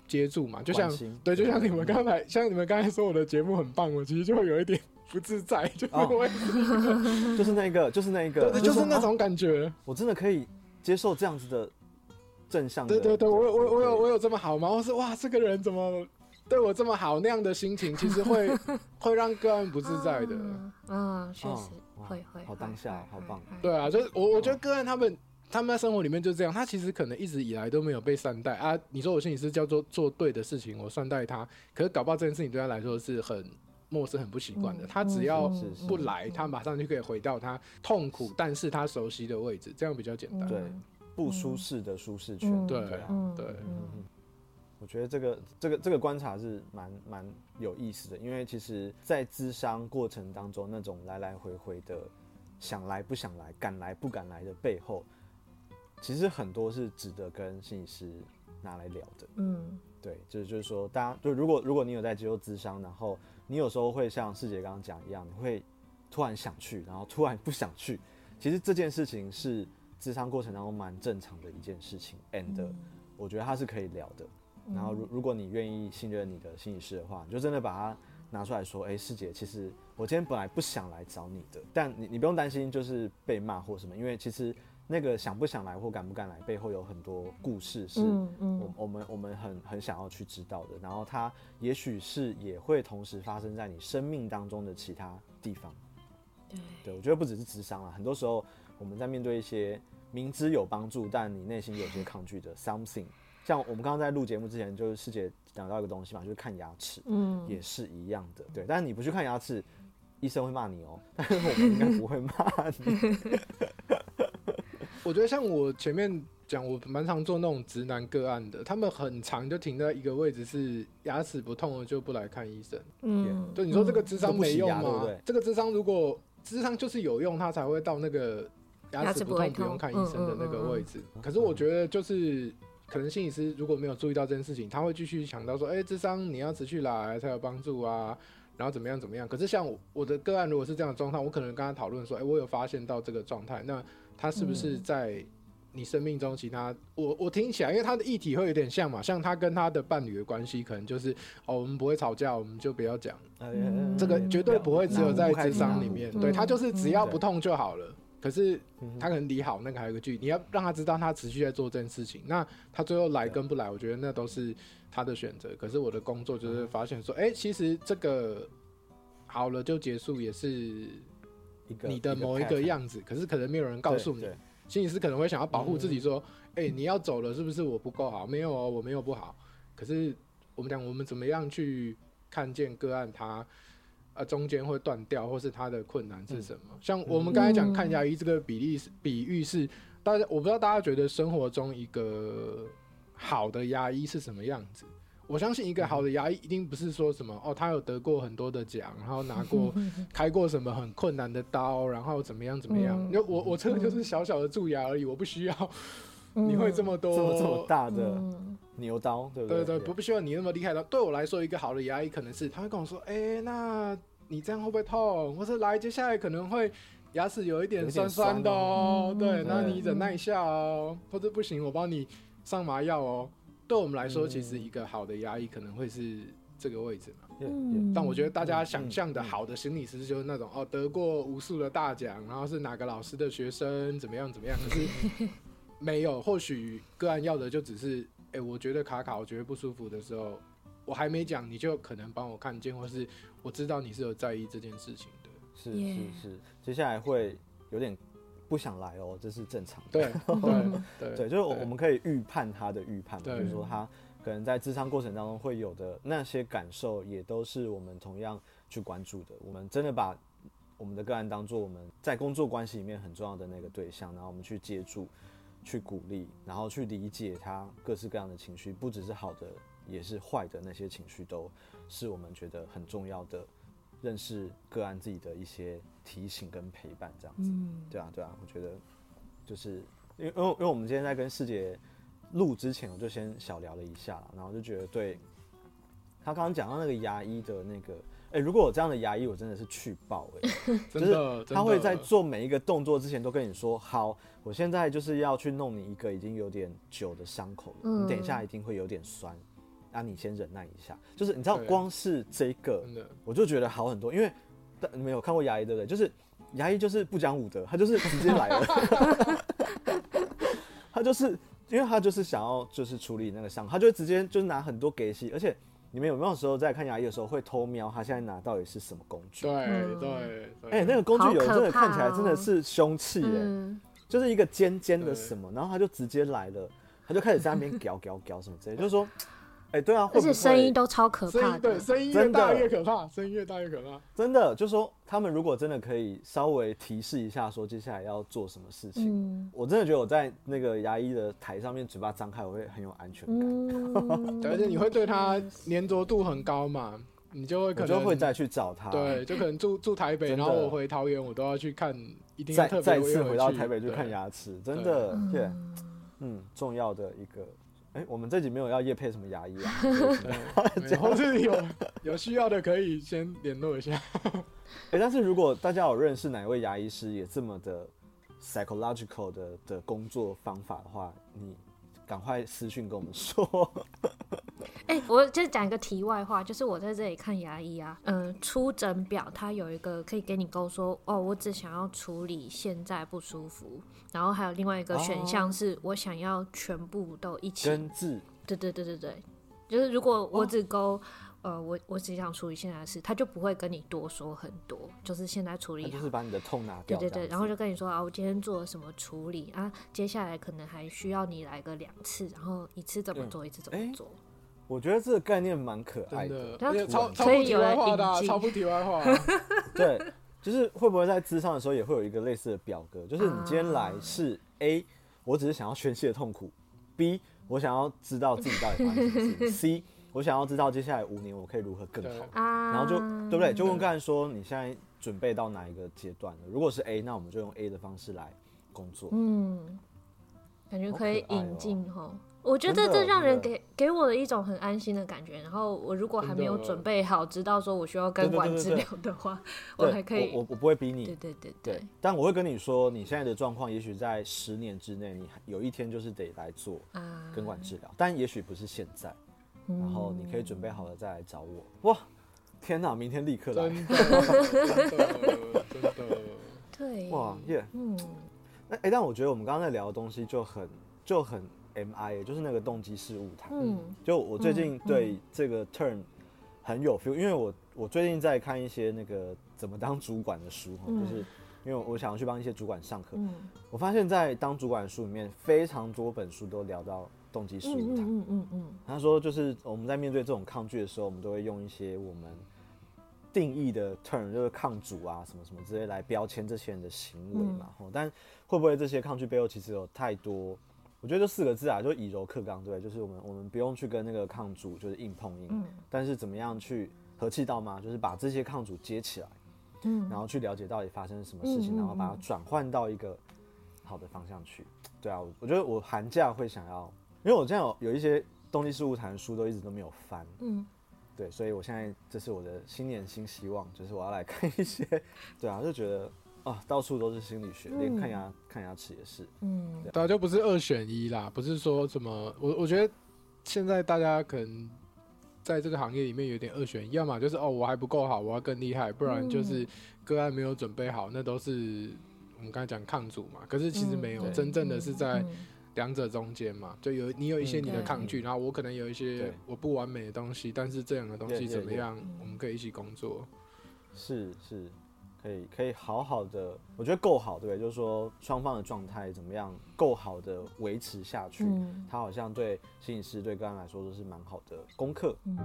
接住嘛，就像对，就像你们刚才，像你们刚才说我的节目很棒，我其实就会有一点不自在，就是我、 哦、就是那个，就是那个， 对，就是那种感觉、啊。 我真的可以接受这样子的正向的， 对对对，我我我有我有这么好吗？或是哇，这个人怎么对我这么好？那样的心情其实会会让个案不自在的。 嗯，确、嗯、实、哦、会会， 好当下，好棒。 对啊，就是我我觉得个案他们。他们在生活里面就这样，他其实可能一直以来都没有被善待啊。你说我心理师叫做做对的事情，我善待他，可是搞不好这件事情对他来说是很陌生、很不习惯的。他只要不来，他马上就可以回到他痛苦但是他熟悉的位置，这样比较简单。 对，不舒适的舒适圈。 嗯、对对、 嗯嗯，我觉得这个这个这个观察是蛮蛮有意思的，因为其实，在諮商过程当中，那种来来回回的想来不想来、敢来不敢来的背后。其实很多是值得跟心理师拿来聊的，嗯，对，就是就是说，大家就如果如果你有在接受諮商，然后你有时候会像世杰刚刚讲一样，你会突然想去，然后突然不想去，其实这件事情是諮商过程当中蛮正常的一件事情 ，and、嗯、我觉得它是可以聊的。然后如如果你愿意信任你的心理师的话，你就真的把它拿出来说，哎、欸，世杰，其实我今天本来不想来找你的，但你你不用担心就是被骂或什么，因为其实。那个想不想来或敢不敢来背后有很多故事是我、嗯嗯、我们我们很很想要去知道的，然后它也许是也会同时发生在你生命当中的其他地方。对，对我觉得不只是諮商啦，很多时候我们在面对一些明知有帮助但你内心有些抗拒的 something， 像我们刚刚在录节目之前，就是师姐讲到一个东西嘛，就是看牙齿，嗯，也是一样的。对，但是你不去看牙齿，医生会骂你哦，但是我们应该不会骂你。 我觉得像我前面讲，我蛮常做那种直男个案的，他们很常就停在一个位置，是牙齿不痛了就不来看医生。嗯，对，你说这个諮商没用吗？嗯、对对这个諮商如果諮商就是有用，他才会到那个牙齿不痛不用看医生的那个位置。可是我觉得就是可能心理师如果没有注意到这件事情，他会继续强调说，哎、欸，諮商你要持续来才有帮助啊。然后怎么样怎么样？可是像 我, 我的个案如果是这样的状态，我可能跟他讨论说，哎、欸，我有发现到这个状态，那他是不是在你生命中其他？嗯、我我听起来，因为他的议题会有点像嘛，像他跟他的伴侣的关系，可能就是哦，我们不会吵架，我们就不要讲，嗯、这个绝對不会只有在諮商里面，对他就是只要不痛就好了。可是他可能離好那个還有個距離，你要讓他知道他持續在做這件事情，那他最後來跟不來，我覺得那都是他的選擇。可是我的工作就是發現說，哎、欸，其實這個好了就結束，也是你的某一個樣子，可是可能沒有人告訴你。心理師可能會想要保護自己，說，哎、欸，你要走了，是不是我不夠好？沒有哦，我沒有不好。可是我們講，我們怎麼樣去看見個案他？呃，中間會斷掉，或是他的困難是什麼？嗯、像我們剛才講看牙醫這個比例比喻是，大家我不知道大家覺得生活中一個好的牙醫是什麼樣子？我相信一個好的牙醫一定不是說什麼哦，他有得過很多的獎，然後拿過開過什麼很困難的刀，然後怎麼樣怎麼樣？因為我我這個就是小小的蛀牙而已，我不需要你會這麼多、 嗯、這麼這麼大的牛刀，對不對？ 對對，不不需要你那麼厲害的。對我來說，一個好的牙醫可能是他會跟我說，哎、欸，那你這樣會不會痛？或是來接下來可能會牙齒有一點酸酸的哦，哦對，那你忍耐一下哦，或者不行，我幫你上麻藥哦。對我們來說，其實一個好的牙醫可能會是這個位置嘛。嗯、但我覺得大家想象的好的心理師就是那種哦，得過無數的大獎，然後是哪個老師的學生，怎麼樣怎麼樣，可是沒有。或許個案要的就只是，哎、欸，我覺得卡卡，我覺得不舒服的時候，我還沒講，你就可能幫我看見，或是我知道你是有在意這件事情的。 是是是，接下來會有點不想來哦，這是正常的。 對對對， 對，就是我們可以預判他的預判嘛，就是說他可能在諮商過程當中會有的那些感受，也都是我們同樣去關注的。我們真的把我們的個案當作我們在工作關係裡面很重要的那個對象，然後我們去接住、去鼓勵，然後去理解他各式各樣的情緒，不只是好的，也是壞的那些情緒，都是我們覺得很重要的。認識個案自己的一些提醒跟陪伴，這樣子，嗯、對啊，對啊，我覺得就是因為因為因為我們今天在跟世杰錄之前，我就先小聊了一下，然後就覺得對他剛剛講到那個牙醫的那個，哎，如果有這樣的牙醫，我真的是去爆哎、欸，就是他會在做每一個動作之前都跟你說，好，我現在就是要去弄你一個已經有點久的傷口了，嗯、你等一下一定會有點酸。 啊，你先忍耐一下。就是你知道，光是这个，我就觉得好很多。因为你们有看过牙医对不对？就是牙医就是不讲武德，他就是直接来了，他就是因为他就是想要就是处理那个伤，他就会直接就是拿很多给戏，而且。你们有没有时候在看牙医的时候会偷瞄他现在拿到底是什么工具？ 对对对， 哎、欸，那个工具有真的看起来真的是凶器哎、欸嗯，就是一个尖尖的什么，然后他就直接来了，他就开始在那边屌屌屌什么之类，就是说，哎、欸，对啊，会不会而且声音都超可怕的， 对，声音越大越可怕，声音越大越可怕， 真的，就是说他们如果真的可以稍微提示一下，说接下来要做什么事情，嗯、我真的觉得我在那个牙医的台上面嘴巴张开，我会很有安全感， 嗯、 而且你会对他粘着度很高嘛。你就会可能我就会再去找他， 对，就可能住住台北，然后我回桃园，我都要去看，一定要特别再次回到台北去看牙齿，真的，对，嗯，重要的一个。哎、欸，我们这集没有要业配什么牙医啊， 或是有有需要的可以先联络一下。 哎、欸，但是如果大家有认识哪位牙医师也这么的 psychological 的的工作方法的话，你赶快私讯跟我们说。 哎、欸，我就讲一个题外话，就是我在这里看牙医啊，嗯、呃，出诊表它有一个可以给你勾说，哦，我只想要处理现在不舒服，然后还有另外一个选项是我想要全部都一起根治。 对对对对对，就是如果我只勾，呃，我我只想处理现在的事，他就不会跟你多说很多，就是现在处理好， 就是把你的痛拿掉。 对对对，然后就跟你说啊，我今天做了什么处理啊，接下来可能还需要你来个两次，然后一次怎么做，嗯、一次怎么做。欸我觉得这个概念蛮可爱的， 而且超超不题外话的、啊，超不题外话、啊。 对，就是会不会在諮商的时候也会有一个类似的表格，就是你今天来是 A， 我只是想要宣泄痛苦 ；B， 我想要知道自己到底发生什么事；C， 我想要知道接下来五年我可以如何更好。然后就对不对？就问刚才说你现在准备到哪一个阶段了？如果是 A， 那我们就用 A 的方式来工作。 嗯，感觉可以引进哈。我觉得这让人给给我的一种很安心的感觉。然后我如果还没有准备好，知道说我需要根管治疗的话，我还可以。 我我不会逼你。 对对对 对, 对。 但我会跟你说，你现在的状况，也许在十年之内，你有一天就是得来做根管治疗，啊、但也许不是现在。然后你可以准备好了再来找我。哇，天哪！明天立刻来。 真的，真的，真的。 对。 哇耶。Yeah. 嗯。哎、欸，但我觉得我们刚刚在聊的东西就很就很。M I 就是那个动机式误谈，嗯，就我最近对这个 term 很有 feel，、嗯、因为我我最近在看一些那个怎么当主管的书，嗯、就是因为我想要去帮一些主管上课，嗯，我发现在当主管的书里面，非常多本书都聊到动机式误谈，嗯嗯嗯，他说就是我们在面对这种抗拒的时候，我们都会用一些我们定义的 term， 就是抗阻啊什么什么之类来标签这些人的行为嘛，嗯、但会不会这些抗拒背后其实有太多？我觉得就四个字啊，就以柔克刚，对，就是我们我们不用去跟那个抗阻就是硬碰硬，嗯、但是怎么样去和气道吗？就是把这些抗阻接起来，嗯，然后去了解到底发生什么事情，嗯、然后把它转换到一个好的方向去。对啊，我觉得我寒假会想要，因为我现在有有一些动机式误谈的书都一直都没有翻，嗯，对，所以我现在这是我的新年新希望，就是我要来看一些，对啊，就觉得。啊，到处都是心理学，嗯、连看牙看牙齿也是。嗯， 对啊，就不是二选一啦，不是说什么。我我觉得现在大家可能在这个行业里面有点二选一，要么就是哦我还不够好，我要更厉害，不然就是个案没有准备好，那都是我们刚才讲抗阻嘛。可是其实没有，嗯、真正的是在两者中间嘛，就有你有一些你的抗拒，嗯、然后我可能有一些我不完美的东西，但是这样的东西怎么样，我们可以一起工作。 是是。可以可以好好的，我觉得够好，对不对？就是说双方的状态怎么样，够好的维持下去，嗯、它好像对心理师对个案来说都是蛮好的功课。嗯、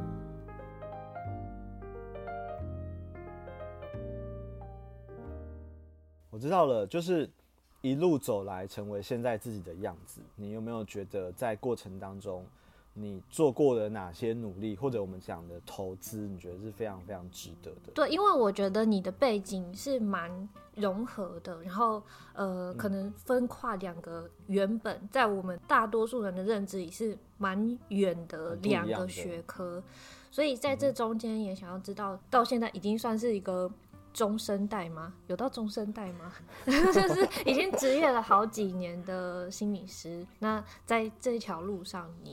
我知道了，就是一路走来成为现在自己的样子，你有没有觉得在过程当中？你做过的哪些努力，或者我们讲的投资，你觉得是非常非常值得的？ 对，因为我觉得你的背景是蛮融合的，然后呃，嗯、可能分跨两个原本在我们大多数人的认知里是蛮远的两个学科，所以在这中间也想要知道，到现在已经算是一个中生代吗？有到中生代吗？就是已经职业了好几年的心理师，那在这条路上你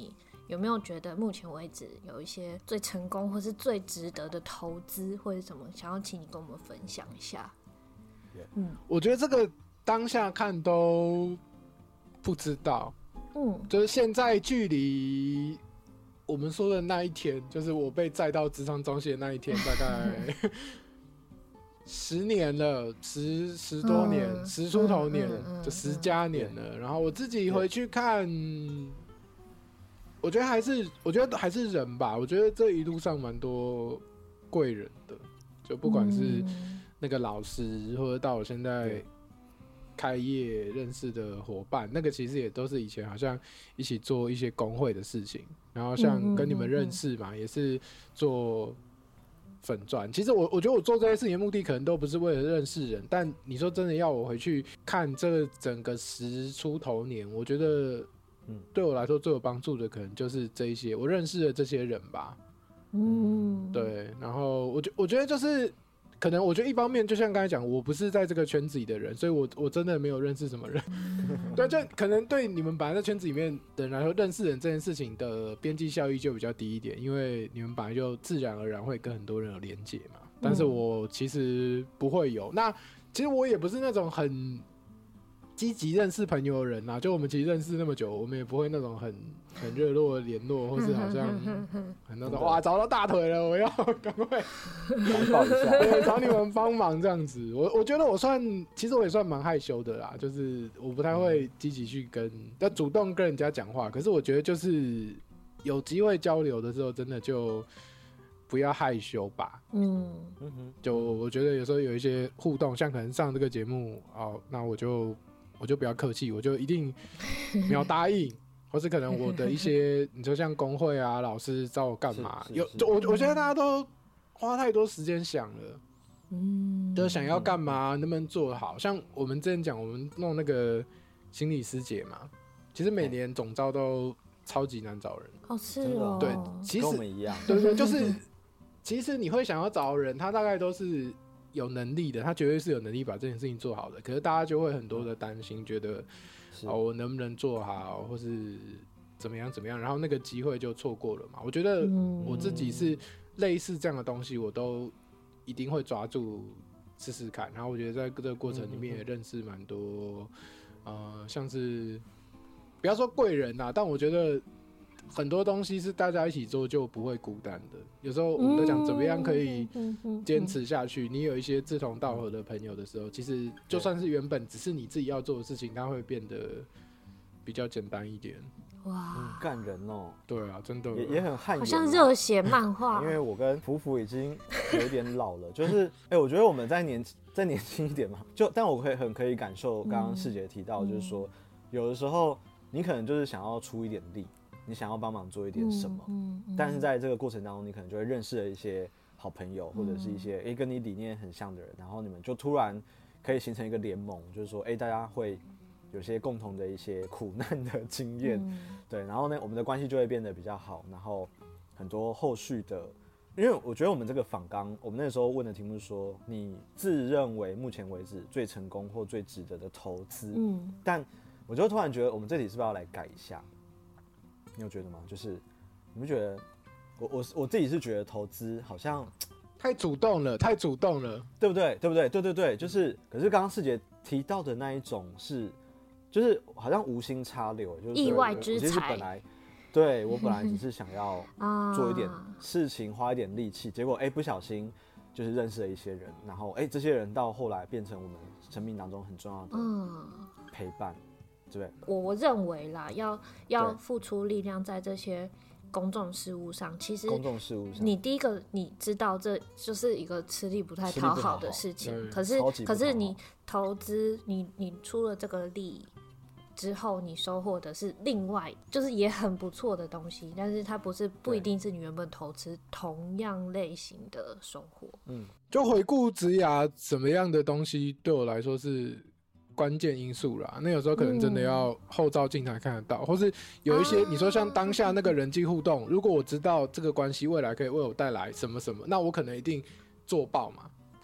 有没有觉得目前为止有一些最成功或是最值得的投资或者什么，想要请你跟我们分享一下？ 嗯，我觉得这个当下看都不知道，嗯，就是现在距离我们说的那一天，就是我被载到职场中心的那一天，大概十年了，十十多年，嗯、十出头年，嗯嗯、就十加年了。嗯、然后我自己回去看，我觉得还是，我觉得还是人吧。我觉得这一路上蛮多贵人的，就不管是那个老师，或者到我现在开业认识的伙伴，那个其实也都是以前好像一起做一些工会的事情，然后像跟你们认识嘛，嗯嗯嗯嗯也是做粉专。其实我我觉得我做这些事情的目的可能都不是为了认识人，但你说真的要我回去看这整个十出头年，我觉得嗯对我来说最有帮助的可能就是这一些我认识的这些人吧。嗯，对，然后我觉我觉得就是可能我觉得一方面就像刚才讲，我不是在这个圈子里的人，所以我我真的没有认识什么人。对，就可能对你们本来在圈子里面的人来说，认识人这件事情的边际效益就比较低一点，因为你们本来就自然而然会跟很多人有连结嘛。但是我其实不会有。那其实我也不是那种很积极认识朋友的人啊，就我们其实认识那么久，我们也不会那种很很热络的联络，或是好像很那种哇找到大腿了，我要赶快抱一下， 对，找你们帮忙这样子。我我觉得我算，其实我也算蛮害羞的啦，就是我不太会积极去跟，要主动跟人家讲话。可是我觉得就是有机会交流的时候，真的就不要害羞吧。嗯嗯哼，就我觉得有时候有一些互动，像可能上这个节目哦，那我就。我就不要客气，我就一定秒答应，或是可能我的一些，你说像工会啊，老师找我干嘛？有，就我我觉得大家都花太多时间想了，嗯，就想要干嘛，能不能做好？像我们之前讲，我们弄那个心理师节嘛，其实每年总招都超级难找人。 哦，是哦， 对，其实跟我们一样， 对对，就是其实你会想要找人，他大概都是。有能力的，他绝对是有能力把这件事情做好的。可是大家就会很多的担心，觉得哦，我能不能做好，或是怎么样怎么样，然后那个机会就错过了嘛。我觉得我自己是类似这样的东西，我都一定会抓住试试看。然后我觉得在这个过程里面也认识蛮多，呃，像是不要说贵人啊，但我觉得。很多东西是大家一起做就不会孤单的。有时候我们在讲怎么样可以坚持下去，你有一些志同道合的朋友的时候，其实就算是原本只是你自己要做的事情，它会变得比较简单一点。 哇， 很感人哦。 对啊，真的也, 也很汗颜， 好像热血漫画。 因为我跟福福已经有点老了，就是哎、欸，我觉得我们再年再年轻一点嘛，就但我可以很可以感受刚刚世杰提到，就是说、嗯、有的时候你可能就是想要出一点力。你想要帮忙做一点什么、嗯嗯嗯，但是在这个过程当中，你可能就会认识了一些好朋友，或者是一些哎、欸、跟你理念很像的人，然后你们就突然可以形成一个联盟，就是说哎、欸、大家会有些共同的一些苦难的经验、嗯，对，然后呢我们的关系就会变得比较好，然后很多后续的，因为我觉得我们这个访纲，我们那时候问的题目是说你自认为目前为止最成功或最值得的投资，嗯，但我就突然觉得我们这题是不是要来改一下？你有觉得吗？就是你们觉得，我我我自己是觉得投资好像太主动了，太主动了， 对不对？对不对？对对对，就是。可是刚刚世杰提到的那一种是，就是好像无心插柳，就是意外之财。 其实本来，对我本来只是想要做一点事情，花一点力气，结果哎、欸、不小心就是认识了一些人，然后哎、欸、这些人到后来变成我们生命当中很重要的陪伴。嗯对， 我我认为啦，要要付出力量在这些公众事务上，其实公众事务上， 你第一个你知道这就是一个吃力不太讨好的事情，可是可是你投资，你你出了这个力之后，你收获的是另外就是也很不错的东西，但是它不是不一定是你原本投资同样类型的收获。 嗯，就回顾职涯什么样的东西对我来说是关键因素啦，那有时候可能真的要后照镜才看得到、嗯、或是有一些你说像当下那个人际互动、啊、如果我知道这个关系未来可以为我带来什么什么，那我可能一定做爆嘛。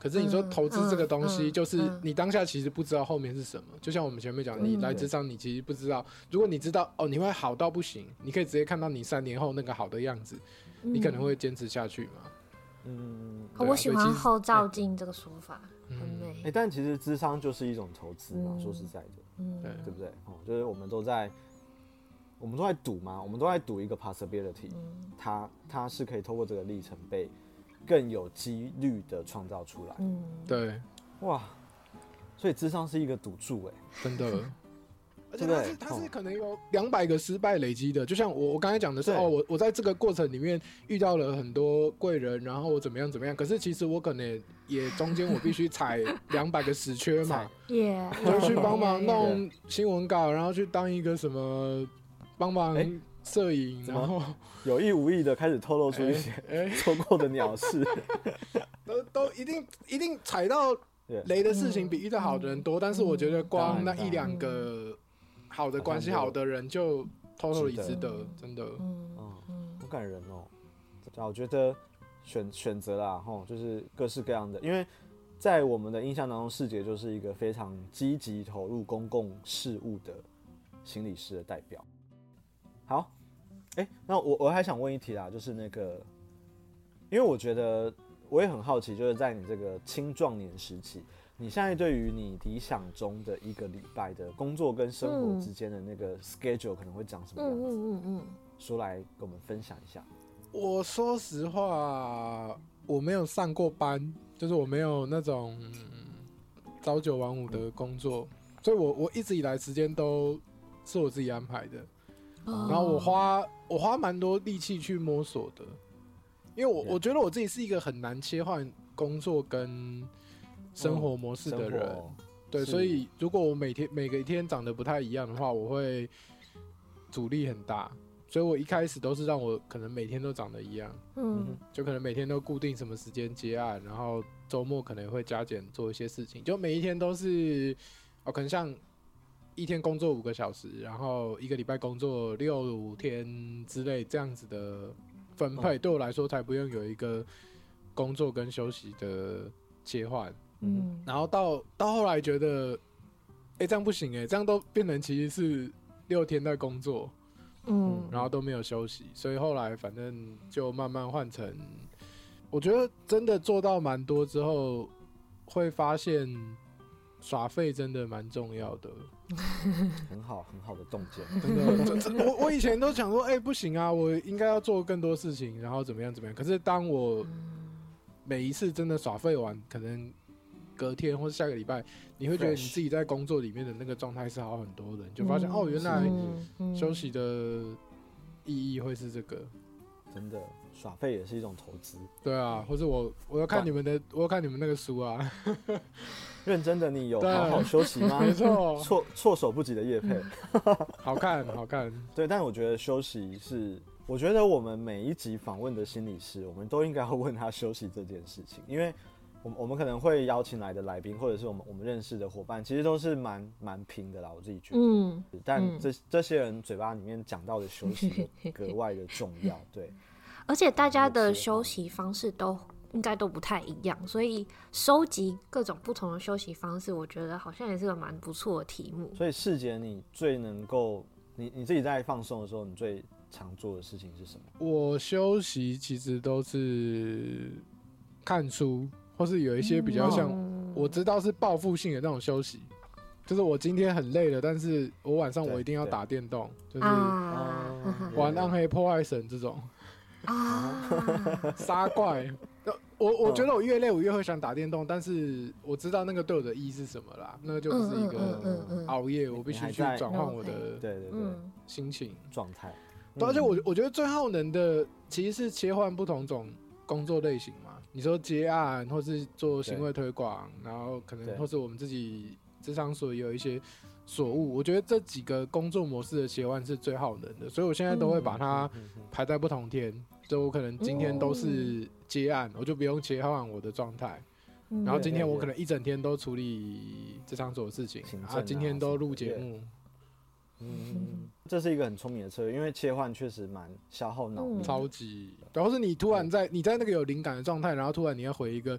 可是你说投资这个东西，就是你当下其实不知道后面是什么。就像我们前面讲，你来职场，你其实不知道。如果你知道哦，你会好到不行，你可以直接看到你三年后那个好的样子，你可能会坚持下去嘛。 嗯，啊、我喜欢后照镜这个说法，很美。 哎、欸，但其实諮商就是一种投資嘛，嗯、說實在的，嗯，對不對？哦，就是我們都在，我們都在賭嘛，我們都在賭一個 possibility，、嗯、它它是可以透過這個歷程被更有幾率的創造出來。嗯， 對， 哇，所以諮商是一個賭注，哎， 真的。而且它是它是可能有兩百個失敗累積的，就像我我剛才講的是哦，我我在這個過程裡面遇到了很多貴人，然後我怎麼樣怎麼樣，可是其實我可能也中間我必須踩兩百個死缺嘛，就去幫忙弄新聞稿，然後去當一個什麼幫忙攝影，然後有意無意的開始透露出一些做過的鳥事， 都都一定一定踩到雷的事情比遇到好的人多，但是我覺得光那一兩個好的關係，好的人就totally值得，真的。 嗯嗯，好感人哦。我覺得選選擇啦，吼，就是各式各樣的，因為在我們的印象當中，士傑就是一個非常積極投入公共事務的心理師的代表。好，哎、欸，那我我還想問一題啦，就是那個，因為我覺得我也很好奇，就是在你這個青壯年時期。你現在對於你理想中的一個禮拜的工作跟生活之間的那個 schedule 可能會長什麼樣子？嗯嗯嗯嗯，說來跟我們分享一下。 我說實話，我沒有上過班，就是我沒有那種朝九晚五的工作，所以我我一直以來時間都是我自己安排的。哦、然後我花我花蠻多力氣去摸索的，因為我我覺得我自己是一個很難切換工作跟生活模式的人，哦、對，所以如果我每天每個一天長得不太一樣的話，我會阻力很大。所以我一開始都是讓我可能每天都長得一樣，嗯，就可能每天都固定什麼時間接案，然後週末可能會加減做一些事情，就每一天都是哦，可能像一天工作五個小時，然後一個禮拜工作六天之類這樣子的分配，嗯、對我來說才不用有一個工作跟休息的切換。嗯，然後到到後來覺得，哎、欸，這樣不行哎、欸，這樣都變成其實是六天在工作，嗯，然後都沒有休息，所以後來反正就慢慢換成，我覺得真的做到蠻多之後，會發現耍廢真的蠻重要的， 很好很好的洞見， 真的，我我以前都想說，哎、欸，不行啊，我應該要做更多事情，然後怎麼樣怎麼樣，可是當我每一次真的耍廢完，可能隔天或是下個禮拜，你會覺得你自己在工作裡面的那個狀態是好很多的，你就發現、嗯、哦，原來休息的意義會是這個。 真的，耍廢也是一種投資。 對啊，或者我我要看你們的，我要看你們那個書啊。 認真的你有好好休息嗎？ 沒錯， 措措手不及的業配， 好看好看。 對，但我覺得休息是，我覺得我們每一集訪問的心理師，我們都應該要問他休息這件事情，因為我們我們可能會邀請來的來賓，或者是我們我們認識的夥伴，其實都是蠻蠻拼的啦，我自己覺得。嗯。但這、嗯、這些人嘴巴裡面講到的休息格外的重要，對。 而且大家的休息方式都應該都不太一樣，所以收集各種不同的休息方式，我覺得好像也是個蠻不錯的題目。 所以士傑，你最能夠你你自己在放鬆的時候，你最常做的事情是什麼？ 我休息其實都是看書。或是有一些比較像我知道是報復性的那種休息，就是我今天很累了，但是我晚上我一定要打電動，就是玩暗黑破壞神這種啊，殺怪。我我覺得我越累我越會想打電動，但是我知道那個對我的意義是什麼啦，那個就是一個熬夜，我必須去轉換我的對對對心情狀態。而且我我覺得最耗能的其實是切換不同種工作類型嘛。你說接案，或是做行為推廣，然後可能或是我們自己職場所有一些所務，我覺得這幾個工作模式的切換是最耗能的，所以我現在都會把它排在不同天，就我可能今天都是接案，我就不用切換我的狀態，然後今天我可能一整天都處理職場所的事情，啊，今天都錄節目。 嗯，這是一個很聰明的策略，因為切換確實蠻消耗腦力， 超級。然後是你突然在你在那個有靈感的狀態，然後突然你要回一個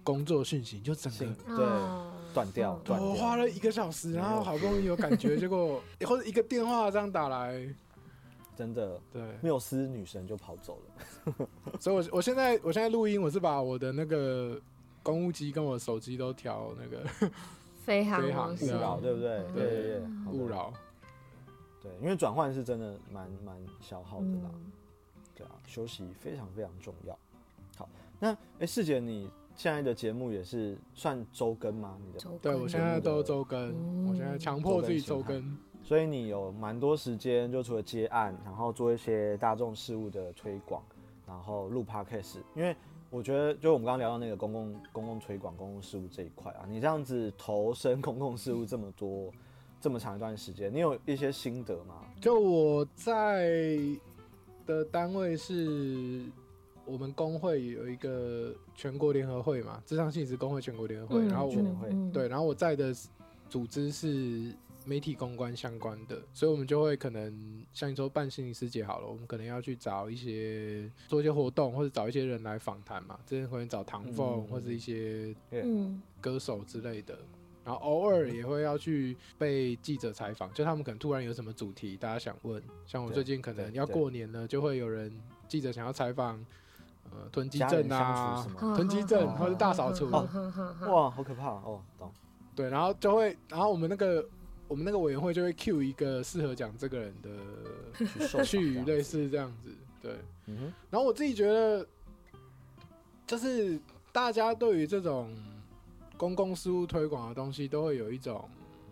工作讯息，就整个对断掉，断掉。 我花了一个小时，然后好不容易有感觉，结果或者一个电话这样打来， 真的对， 缪斯女神就跑走了。 所以我我现在我现在录音，我是把我的那个公务机跟我的手机都调那个飞行飞行勿扰，对不对？对对对， 勿扰。 对，因为转换是真的蛮蛮消耗的啦。嗯、对啊，休息非常非常重要。好，那哎，世杰，你现在的节目也是算周更吗？你的对我现在都周更，嗯、我现在强迫自己周更。 所以你有蛮多时间，就除了接案，然后做一些大众事务的推广，然后录 podcast。因为我觉得，就我们刚刚聊到那个公共公共推广、公共事务这一块啊，你这样子投身公共事务这么多、这么长一段时间，你有一些心得吗？ 就我在的单位是我们工会有一个全国联合会嘛，智商性质工会全国联合会，嗯、然后我全联会对，然后我在的组织是媒体公关相关的，所以我们就会可能像你说办心理师节好了，我们可能要去找一些做一些活动，或者找一些人来访谈嘛。之前可能找唐凤、嗯、或者一些歌手之类的，然后偶尔也会要去被记者采访，就他们可能突然有什么主题大家想问，像我最近可能要过年了，就会有人记者想要采访呃囤积症啊、囤积症或者大扫除、 哦，哇，好可怕哦，懂。 对，然后就会，然后我们那个。我们那个委员会就会 cue 一个适合讲这个人的去类似这样子，对。嗯、然后我自己觉得，就是大家对于这种公共事务推广的东西，都会有一种，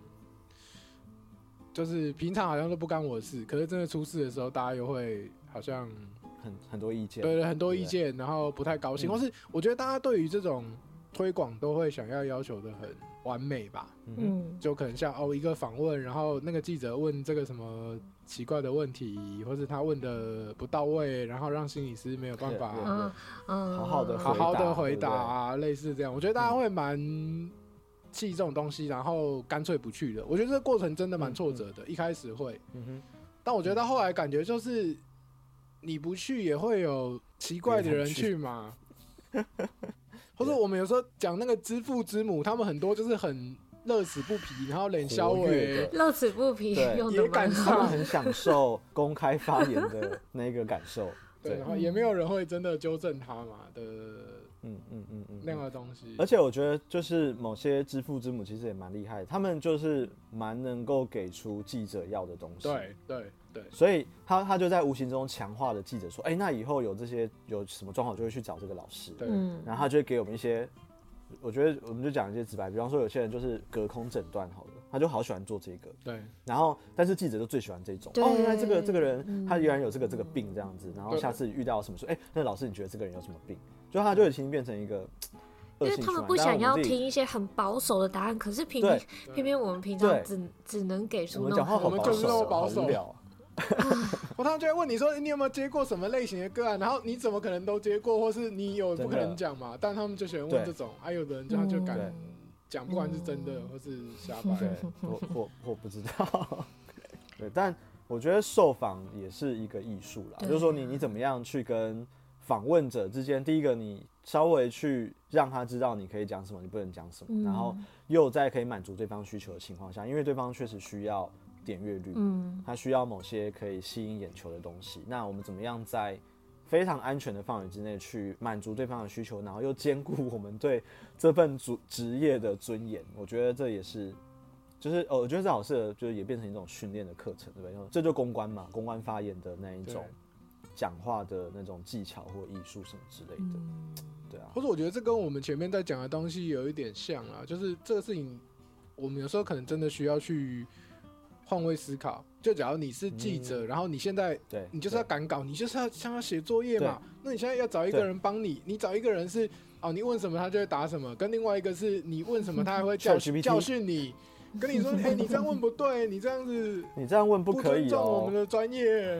就是平常好像都不干我的事，可是真的出事的时候，大家又会好像很很多意见， 对，很多意见，然后不太高兴，嗯、或是我觉得大家对于这种推广都会想要要求的很完美吧，嗯，就可能像哦一个访问，然后那个记者问这个什么奇怪的问题，或是他问的不到位，然后让心理师没有办法， 嗯嗯，好好的好好的回答啊，类似这样，我觉得大家会蛮气这种东西，然后干脆不去的。我觉得这个过程真的蛮挫折的，嗯、一开始会，嗯哼，但我觉得到后来感觉就是你不去也会有奇怪的人去嘛。或者我们有时候讲那个知父知母，他们很多就是很乐此不疲，然后脸消微， 乐此不疲， 也感受他们很享受公开发言的那个感受， 对，然后也没有人会真的纠正他嘛的，嗯嗯嗯嗯，那样的东西。 而且我觉得就是某些知父知母其实也蛮厉害的，他们就是蛮能够给出记者要的东西， 对对。对， 所以他他就在无形中强化了记者说，哎、欸，那以后有这些有什么状况，就会去找这个老师。对，然后他就会给我们一些，我觉得我们就讲一些直白，比方说有些人就是隔空诊断好了，他就好喜欢做这个。 对， 然后但是记者就最喜欢这种，哦，原来这个这个人、嗯、他原来有这个这个病这样子，然后下次遇到什么说，哎、欸，那老师你觉得这个人有什么病？就他就已经变成一个。 因为他们不想要听一些很保守的答案，可是偏偏偏偏我们平常只只能给出那种我们就是那么保守。我他们就会问你说你有没有接过什么类型的个案，然后你怎么可能都接过，或是你有不可能讲嘛？但他们就喜欢问这种，还、啊、有的人就他就敢讲，不管是真的、嗯、或是瞎掰。 我我我不知道，对，但我觉得受访也是一个艺术啦，就是说你你怎么样去跟访问者之间，第一个你稍微去让他知道你可以讲什么，你不能讲什么，嗯、然后又在可以满足对方需求的情况下，因为对方确实需要点阅率，嗯，他需要某些可以吸引眼球的东西。那我们怎么样在非常安全的范围之内去满足对方的需求，然后又兼顾我们对这份职业的尊严？我觉得这也是，就是哦，我觉得这好适合，就是也变成一种训练的课程，对不对？这就公关嘛，公关发言的那一种讲话的那种技巧或艺术什么之类的，嗯、对啊。 或者我觉得这跟我们前面在讲的东西有一点像啊，就是这个事情，我们有时候可能真的需要去换位思考。就假如你是记者，嗯、然后你现在你就是要赶稿，你就是要像要写作业嘛，那你现在要找一个人帮你，你找一个人是哦，你问什么他就会答什么，跟另外一个是你问什么他还会教教训你。跟你说，哎、欸，你这样问不对，你这样子， 你这样问不可以哦， 不尊重我们的专业。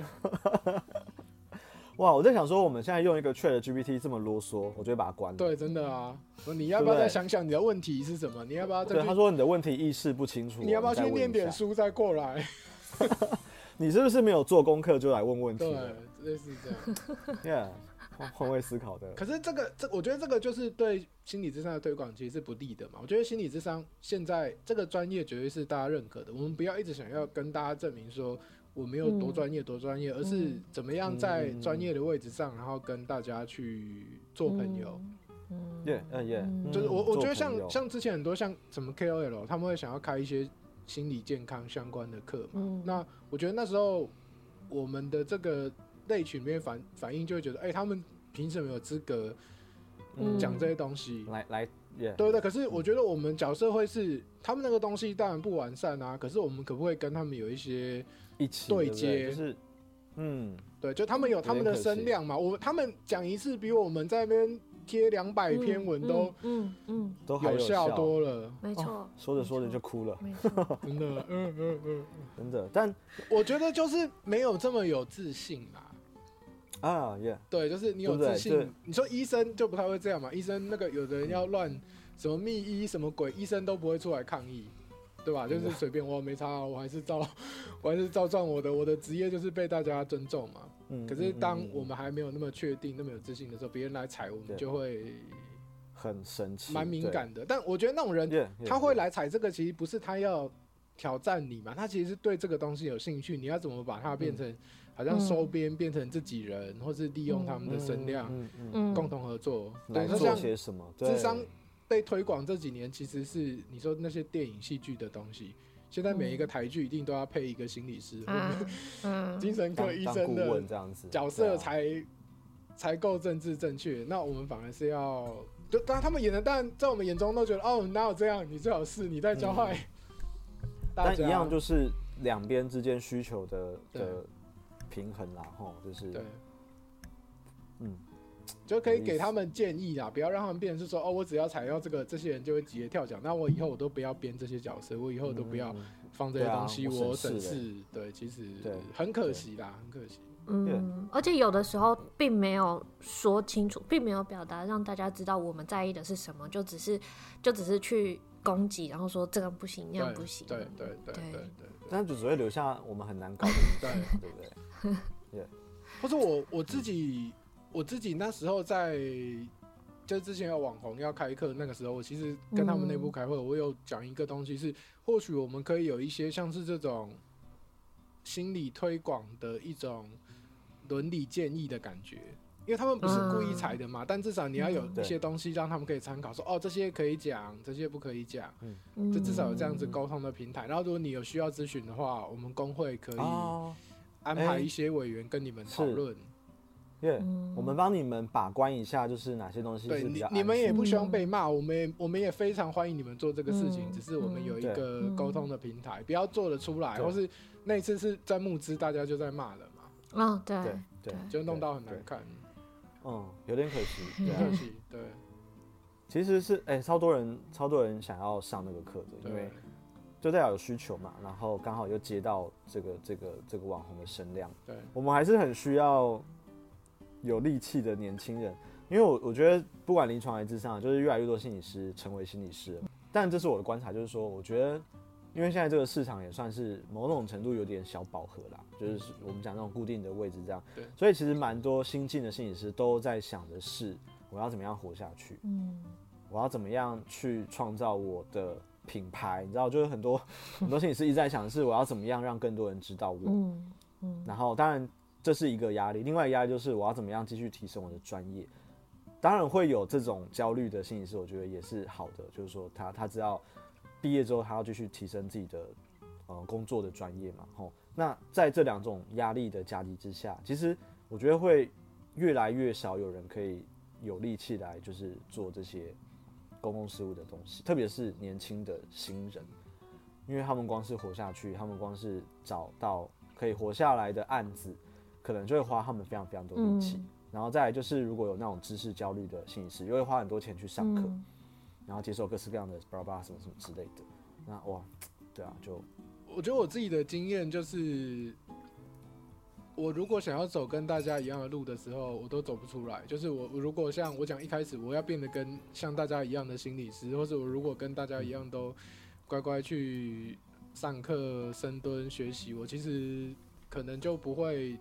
哇，我在想说，我们现在用一个 ChatGPT 这么啰嗦，我就会把它关了。 对，真的啊，你要不要再想想你的问题是什么？你要不要再？ 对，他说你的问题意识不清楚， 你要不要去念点书再过来？ 你是不是没有做功课就来问问题？ 对，类似这样。 Yeah， 换换位思考的。 可是这个这，我觉得这个就是对心理咨商的推广其实是不利的嘛。我觉得心理咨商现在这个专业绝对是大家认可的，我们不要一直想要跟大家证明说我没有多专业多专业，而是怎么样在专业的位置上，然后跟大家去做朋友。 嗯，耶，嗯耶， 就是我我觉得像像之前很多像什么 K O L， 他们会想要开一些心理健康相关的课嘛。嗯、那我觉得那时候我们的这个类群里面反反应就会觉得，哎、欸，他们凭什么有资格讲这些东西？ 来、嗯、来，对对对。可是我觉得我们角色会是，他们那个东西当然不完善啊，可是我们可不可以跟他们有一些一起对接？ 对对就是，嗯， 对，就他们有他们的声量嘛。我他们讲一次比我们在那边贴两百篇文都嗯嗯都有效多了。 没错、 哦，说着说着就哭了， 没错， 真的，嗯嗯嗯， 真的。但我觉得就是没有这么有自信啦。 啊耶， yeah, 对，就是你有自信。对对，你说医生就不太会这样嘛？医生那个有的人要乱什么密医什么鬼，医生都不会出来抗议，对吧？就是随便我没差，我还是照，我还是照赚我的，我的职业就是被大家尊重嘛。嗯。可是当我们还没有那么确定、那么有自信的时候，别人来踩我们就会很生气， 蛮敏感的。但我觉得那种人 yeah, yeah, 他会来踩这个，其实不是他要挑战你嘛，他其实是对这个东西有兴趣。你要怎么把它变成？嗯，好像收编变成自己人，嗯、或是利用他们的声量，嗯嗯嗯、共同合作， 来做些什么？ 諮商被推广这几年，其实是你说那些电影、戏剧的东西，现在每一个台剧一定都要配一个心理师、嗯、精神科医生的角色才，才才够政治正确。那我们反而是要，就当然他们演的，但在我们眼中都觉得，哦，哪有这样？你最好是你在教坏、嗯、大家。 但一样就是两边之间需求的的。平衡啦，吼，就是对， 嗯， 就可以给他们建议啦，不要让他们变成是说，哦，我只要踩到这个，这些人就会直接跳脚，那我以后我都不要编这些角色，我以后都不要放这些东西，嗯、我省事。对，其实很可惜啦，很可惜。 嗯，而且有的时候并没有说清楚，并没有表达让大家知道我们在意的是什么，就只是就只是去攻击，然后说这个不行，那样不行。 对对对对对对。 但就只会留下我们很难搞的对对不对？ 对，或者我我自己我自己那时候在，就之前有网红要开课，那个时候我其实跟他们内部开会，嗯、我有讲一个东西是，或许我们可以有一些像是这种心理推广的一种伦理建议的感觉。因为他们不是故意踩的嘛，嗯、但至少你要有一些东西让他们可以参考，说哦，这些可以讲，这些不可以讲，嗯，就至少有这样子沟通的平台。然后如果你有需要咨询的话，我们工会可以安排一些委员跟你们讨论。 对，我们帮你们把关一下，就是哪些东西是比较安全的。 对，你们也不希望被骂，我们也我们也非常欢迎你们做这个事情，嗯、只是我们有一个沟通的平台，不要做得出来，或是那一次是在募资，大家就在骂了嘛。 哦，对对对， 就弄到很难看。 嗯，有点可惜， 对、啊，可惜，对。 其实是，哎、欸，超多人，超多人想要上那个课的，因为就代表有需求嘛，然后刚好又接到这个这个这个网红的声量， 对， 我们还是很需要有力气的年轻人，因为我我觉得不管临床还是諮商，就是越来越多心理师成为心理师了，但这是我的观察，就是说，我觉得。因为现在这个市场也算是某种程度有点小饱和啦，就是我们讲那种固定的位置这样， 对， 所以其实蛮多新进的心理师都在想的是，我要怎么样活下去，嗯，我要怎么样去创造我的品牌，你知道，就是很多很多心理师一直在想的是，我要怎么样让更多人知道我，嗯嗯，然后当然这是一个压力，另外一个压力就是我要怎么样继续提升我的专业，当然会有这种焦虑的心理师，我觉得也是好的，就是说他他知道。毕业之后，他要继续提升自己的呃工作的专业嘛，吼。那在这两种压力的夹击之下，其实我觉得会越来越少有人可以有力气来就是做这些公共事务的东西，特别是年轻的新人，因为他们光是活下去，他们光是找到可以活下来的案子，可能就会花他们非常非常多力气。嗯、然后再来就是，如果有那种知识焦虑的心理师，又会花很多钱去上课。嗯然后接受各式各样的巴拉巴拉什么什么之类的，那哇，对啊，就我觉得我自己的经验就是，我如果想要走跟大家一样的路的时候，我都走不出来。就是我，我如果像我讲一开始我要变得跟像大家一样的心理师，或者我如果跟大家一样都乖乖去上课、深蹲、学习，我其实可能就不会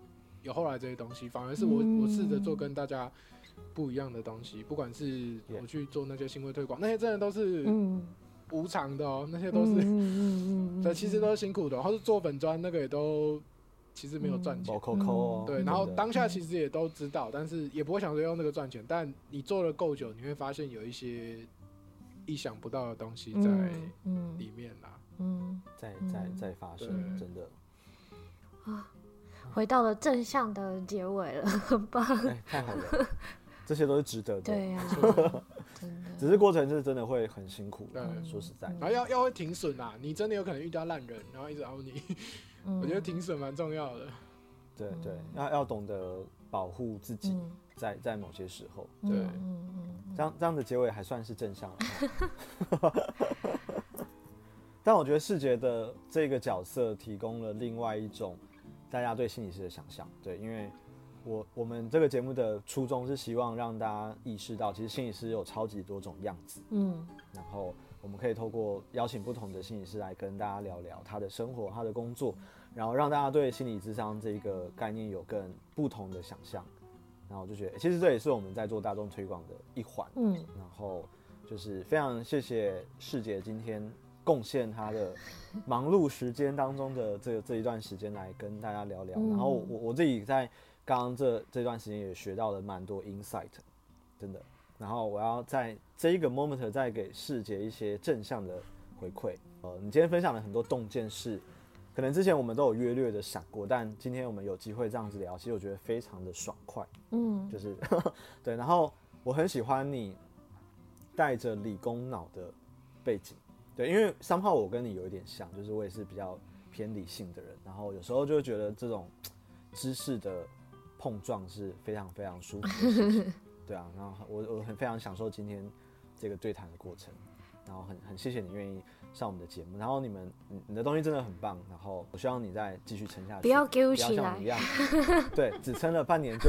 有后来这些东西，反而是我、嗯、我试着做跟大家不一样的东西，不管是我去做那些新闻推广，那些真的都是无偿的哦，那些都是，嗯嗯嗯嗯、其实都是辛苦的、哦，或是做粉专那个也都其实没有赚钱， 嗯哦、 对，然后当下其实也都知道，但是也不会想说用那个赚钱，但你做了够久，你会发现有一些意想不到的东西在里面啦， 嗯， 在在在发生，真的啊。回到了正向的结尾了，很棒、 欸！太好了，这些都是值得的。 对呀、啊，真的。 只是过程是真的会很辛苦，说实在。 然后要要会停损啊，你真的有可能遇到烂人，然后一直凹你。嗯、我觉得停损蛮重要的。 对对，要要懂得保护自己在，在在某些时候。 对， 嗯嗯嗯、 这样这样的结尾还算是正向的。但我觉得世杰的这个角色提供了另外一种大家对心理师的想象，对，因为我我们这个节目的初衷是希望让大家意识到，其实心理师有超级多种样子，嗯，然后我们可以透过邀请不同的心理师来跟大家聊聊他的生活、他的工作，然后让大家对心理咨商这个概念有更不同的想象。然后我就觉得，其实这也是我们在做大众推广的一环，嗯，然后就是非常谢谢世杰今天贡献他的忙碌时间当中的这这一段时间来跟大家聊聊，嗯、然后我我自己在刚刚这这段时间也学到了蛮多 insight， 真的。然后我要在这一个 moment 再给世杰一些正向的回馈。呃，你今天分享了很多洞见是，可能之前我们都有约略的闪过，但今天我们有机会这样子聊，其实我觉得非常的爽快。嗯，就是对。然后我很喜欢你带着理工脑的背景。对，因为somehow我跟你有一点像，就是我也是比较偏理性的人，然后有时候就会觉得这种知识的碰撞是非常非常舒服的事情，对啊，然后我我很非常享受今天这个对谈的过程，然后很很谢谢你愿意上我们的节目，然后你们你你的东西真的很棒，然后我希望你再继续撑下去， 不要丢起来， 不要像我一样，对，只撑了半年就，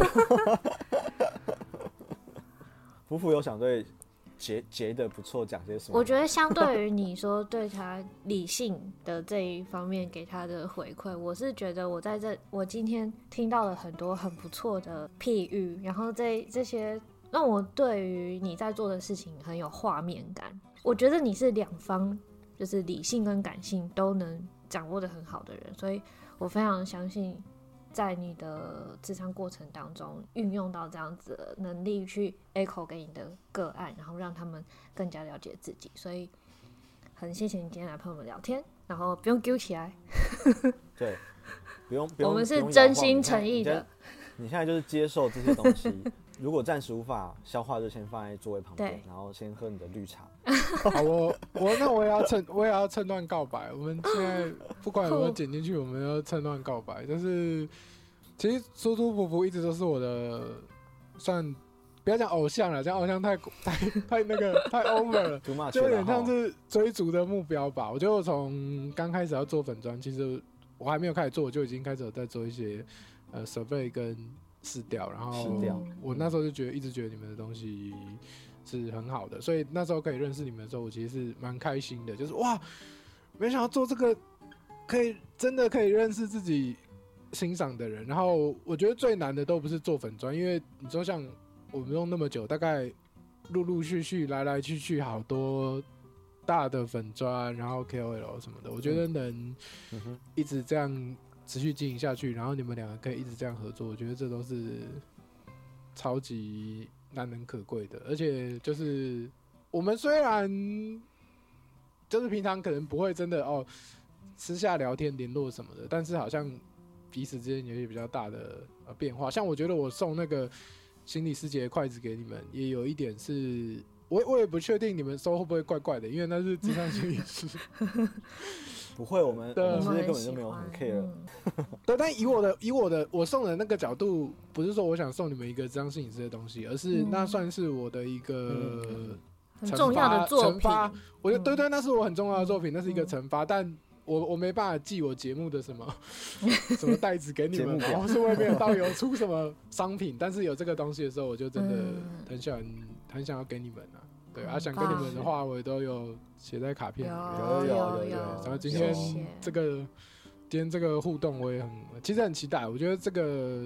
福福有想对结结的不错，讲些什么？ 我觉得相对于你说对他理性的这一方面给他的回馈，我是觉得我在这我今天听到了很多很不错的譬喻，然后这这些让我对于你在做的事情很有画面感。我觉得你是两方，就是理性跟感性都能掌握得很好的人，所以我非常相信在你的諮商过程当中运用到这样子的能力去 echo 给你的个案，然后让他们更加了解自己，所以很谢谢你今天来陪我们聊天，然后不用丢起来对，不用不用， 我们是真心诚意的。 你现在就是接受这些东西，如果暂时无法消化，就先放在座位旁边，然后先喝你的绿茶。 好，我我那我也要趁我也要趁乱告白。我们现在不管有没有剪进去，我们要趁乱告白。就是其实舒舒服服一直都是我的，算不要讲偶像了，讲偶像太太太那个太 over 了，就有点像是追逐的目标吧。我觉得我从刚开始要做粉专，其实我还没有开始做，我就已经开始有在做一些呃 survey 跟试调，然后我那时候就觉得一直觉得你们的东西是很好的，所以那时候可以认识你们的时候，我其实是蛮开心的，就是哇，没想到做这个可以真的可以认识自己欣赏的人。然后我觉得最难的都不是做粉专，因为你说像我们用那么久，大概陆陆续续来来去去好多大的粉专，然后 K O L 什么的，我觉得能一直这样持续经营下去，然后你们两个可以一直这样合作，我觉得这都是超级难能可贵的。而且就是我们虽然就是平常可能不会真的哦私下聊天联络什么的，但是好像彼此之间有些比较大的呃变化。像我觉得我送那个心理师节的筷子给你们，也有一点是我我也不确定你们收会不会怪怪的，因为那是諮商心理师。 不会，我们我们其实根本就没有很 care。 对，但以我的以我的我送的那个角度，不是说我想送你们一个諮商心理师的东西，而是那算是我的一个很重要的作品。 我觉得对对，那是我很重要的作品，那是一个惩罚，但我我没办法寄我节目的什么什么袋子给你们，然后是外面到有出什么商品，但是有这个东西的时候，我就真的很想很想要给你们啊。对啊，想跟你们的话，我也都有写在卡片里面。 有有有有。 然后今天这个今天这个互动，我也很其实很期待。我觉得这个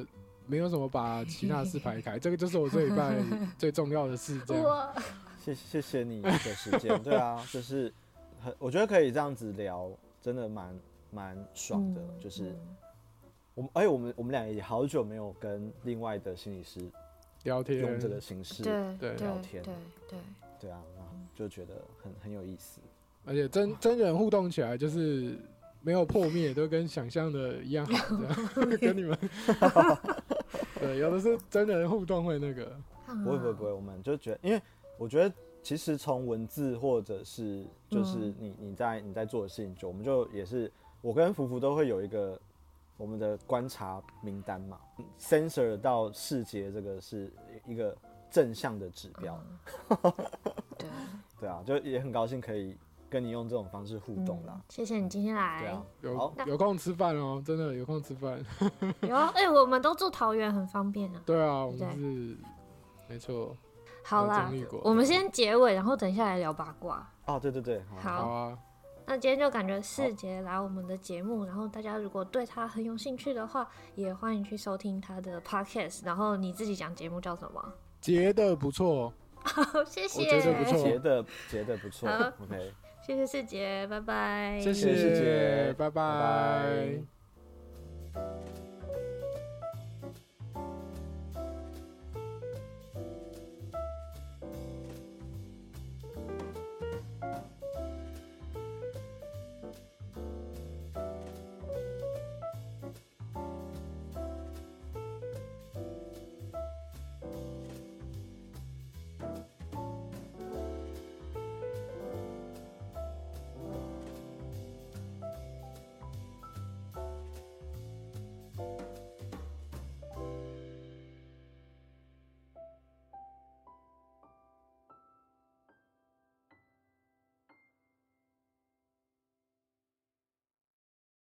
没有什么把其他事排开，这个就是我这礼拜最重要的事。这样， 谢谢谢你的时间，对啊，就是很我觉得可以这样子聊，真的蛮蛮爽的，嗯、就是我们，而且我们我们俩也好久没有跟另外的心理师聊天， 用这个形式对聊天， 对对对啊，然后就觉得很很有意思， 而且真真人互动起来就是没有破灭，都跟想象的一样好，这样跟你们。对，有的是真人互动会那个， 不会不会不会，我们就觉得，因为我觉得其实从文字或者是就是你你在你在做的事情，就我们就也是我跟福福都会有一个我们的观察名单嘛 ，sensor 到视觉这个是一个正向的指标，嗯、对对啊，就也很高兴可以跟你用这种方式互动啦。嗯、 谢谢你今天来， 啊、 有有空吃饭哦，真的有空吃饭。 有啊，哎、欸，我们都住桃园，很方便啊。 对啊，我们是没错。 好啦，我们先结尾，然后等一下来聊八卦。 哦，对对对， 好， 好啊。 那今天就感觉世杰来我们的节目，然后大家如果对他很有兴趣的话，也欢迎去收听他的 podcast。然后你自己讲节目叫什么？ 结的不错。 好，谢谢。 我觉得不错， 结的结的不错。OK， 谢谢世杰，拜拜。 谢谢世杰，拜拜。 拜拜。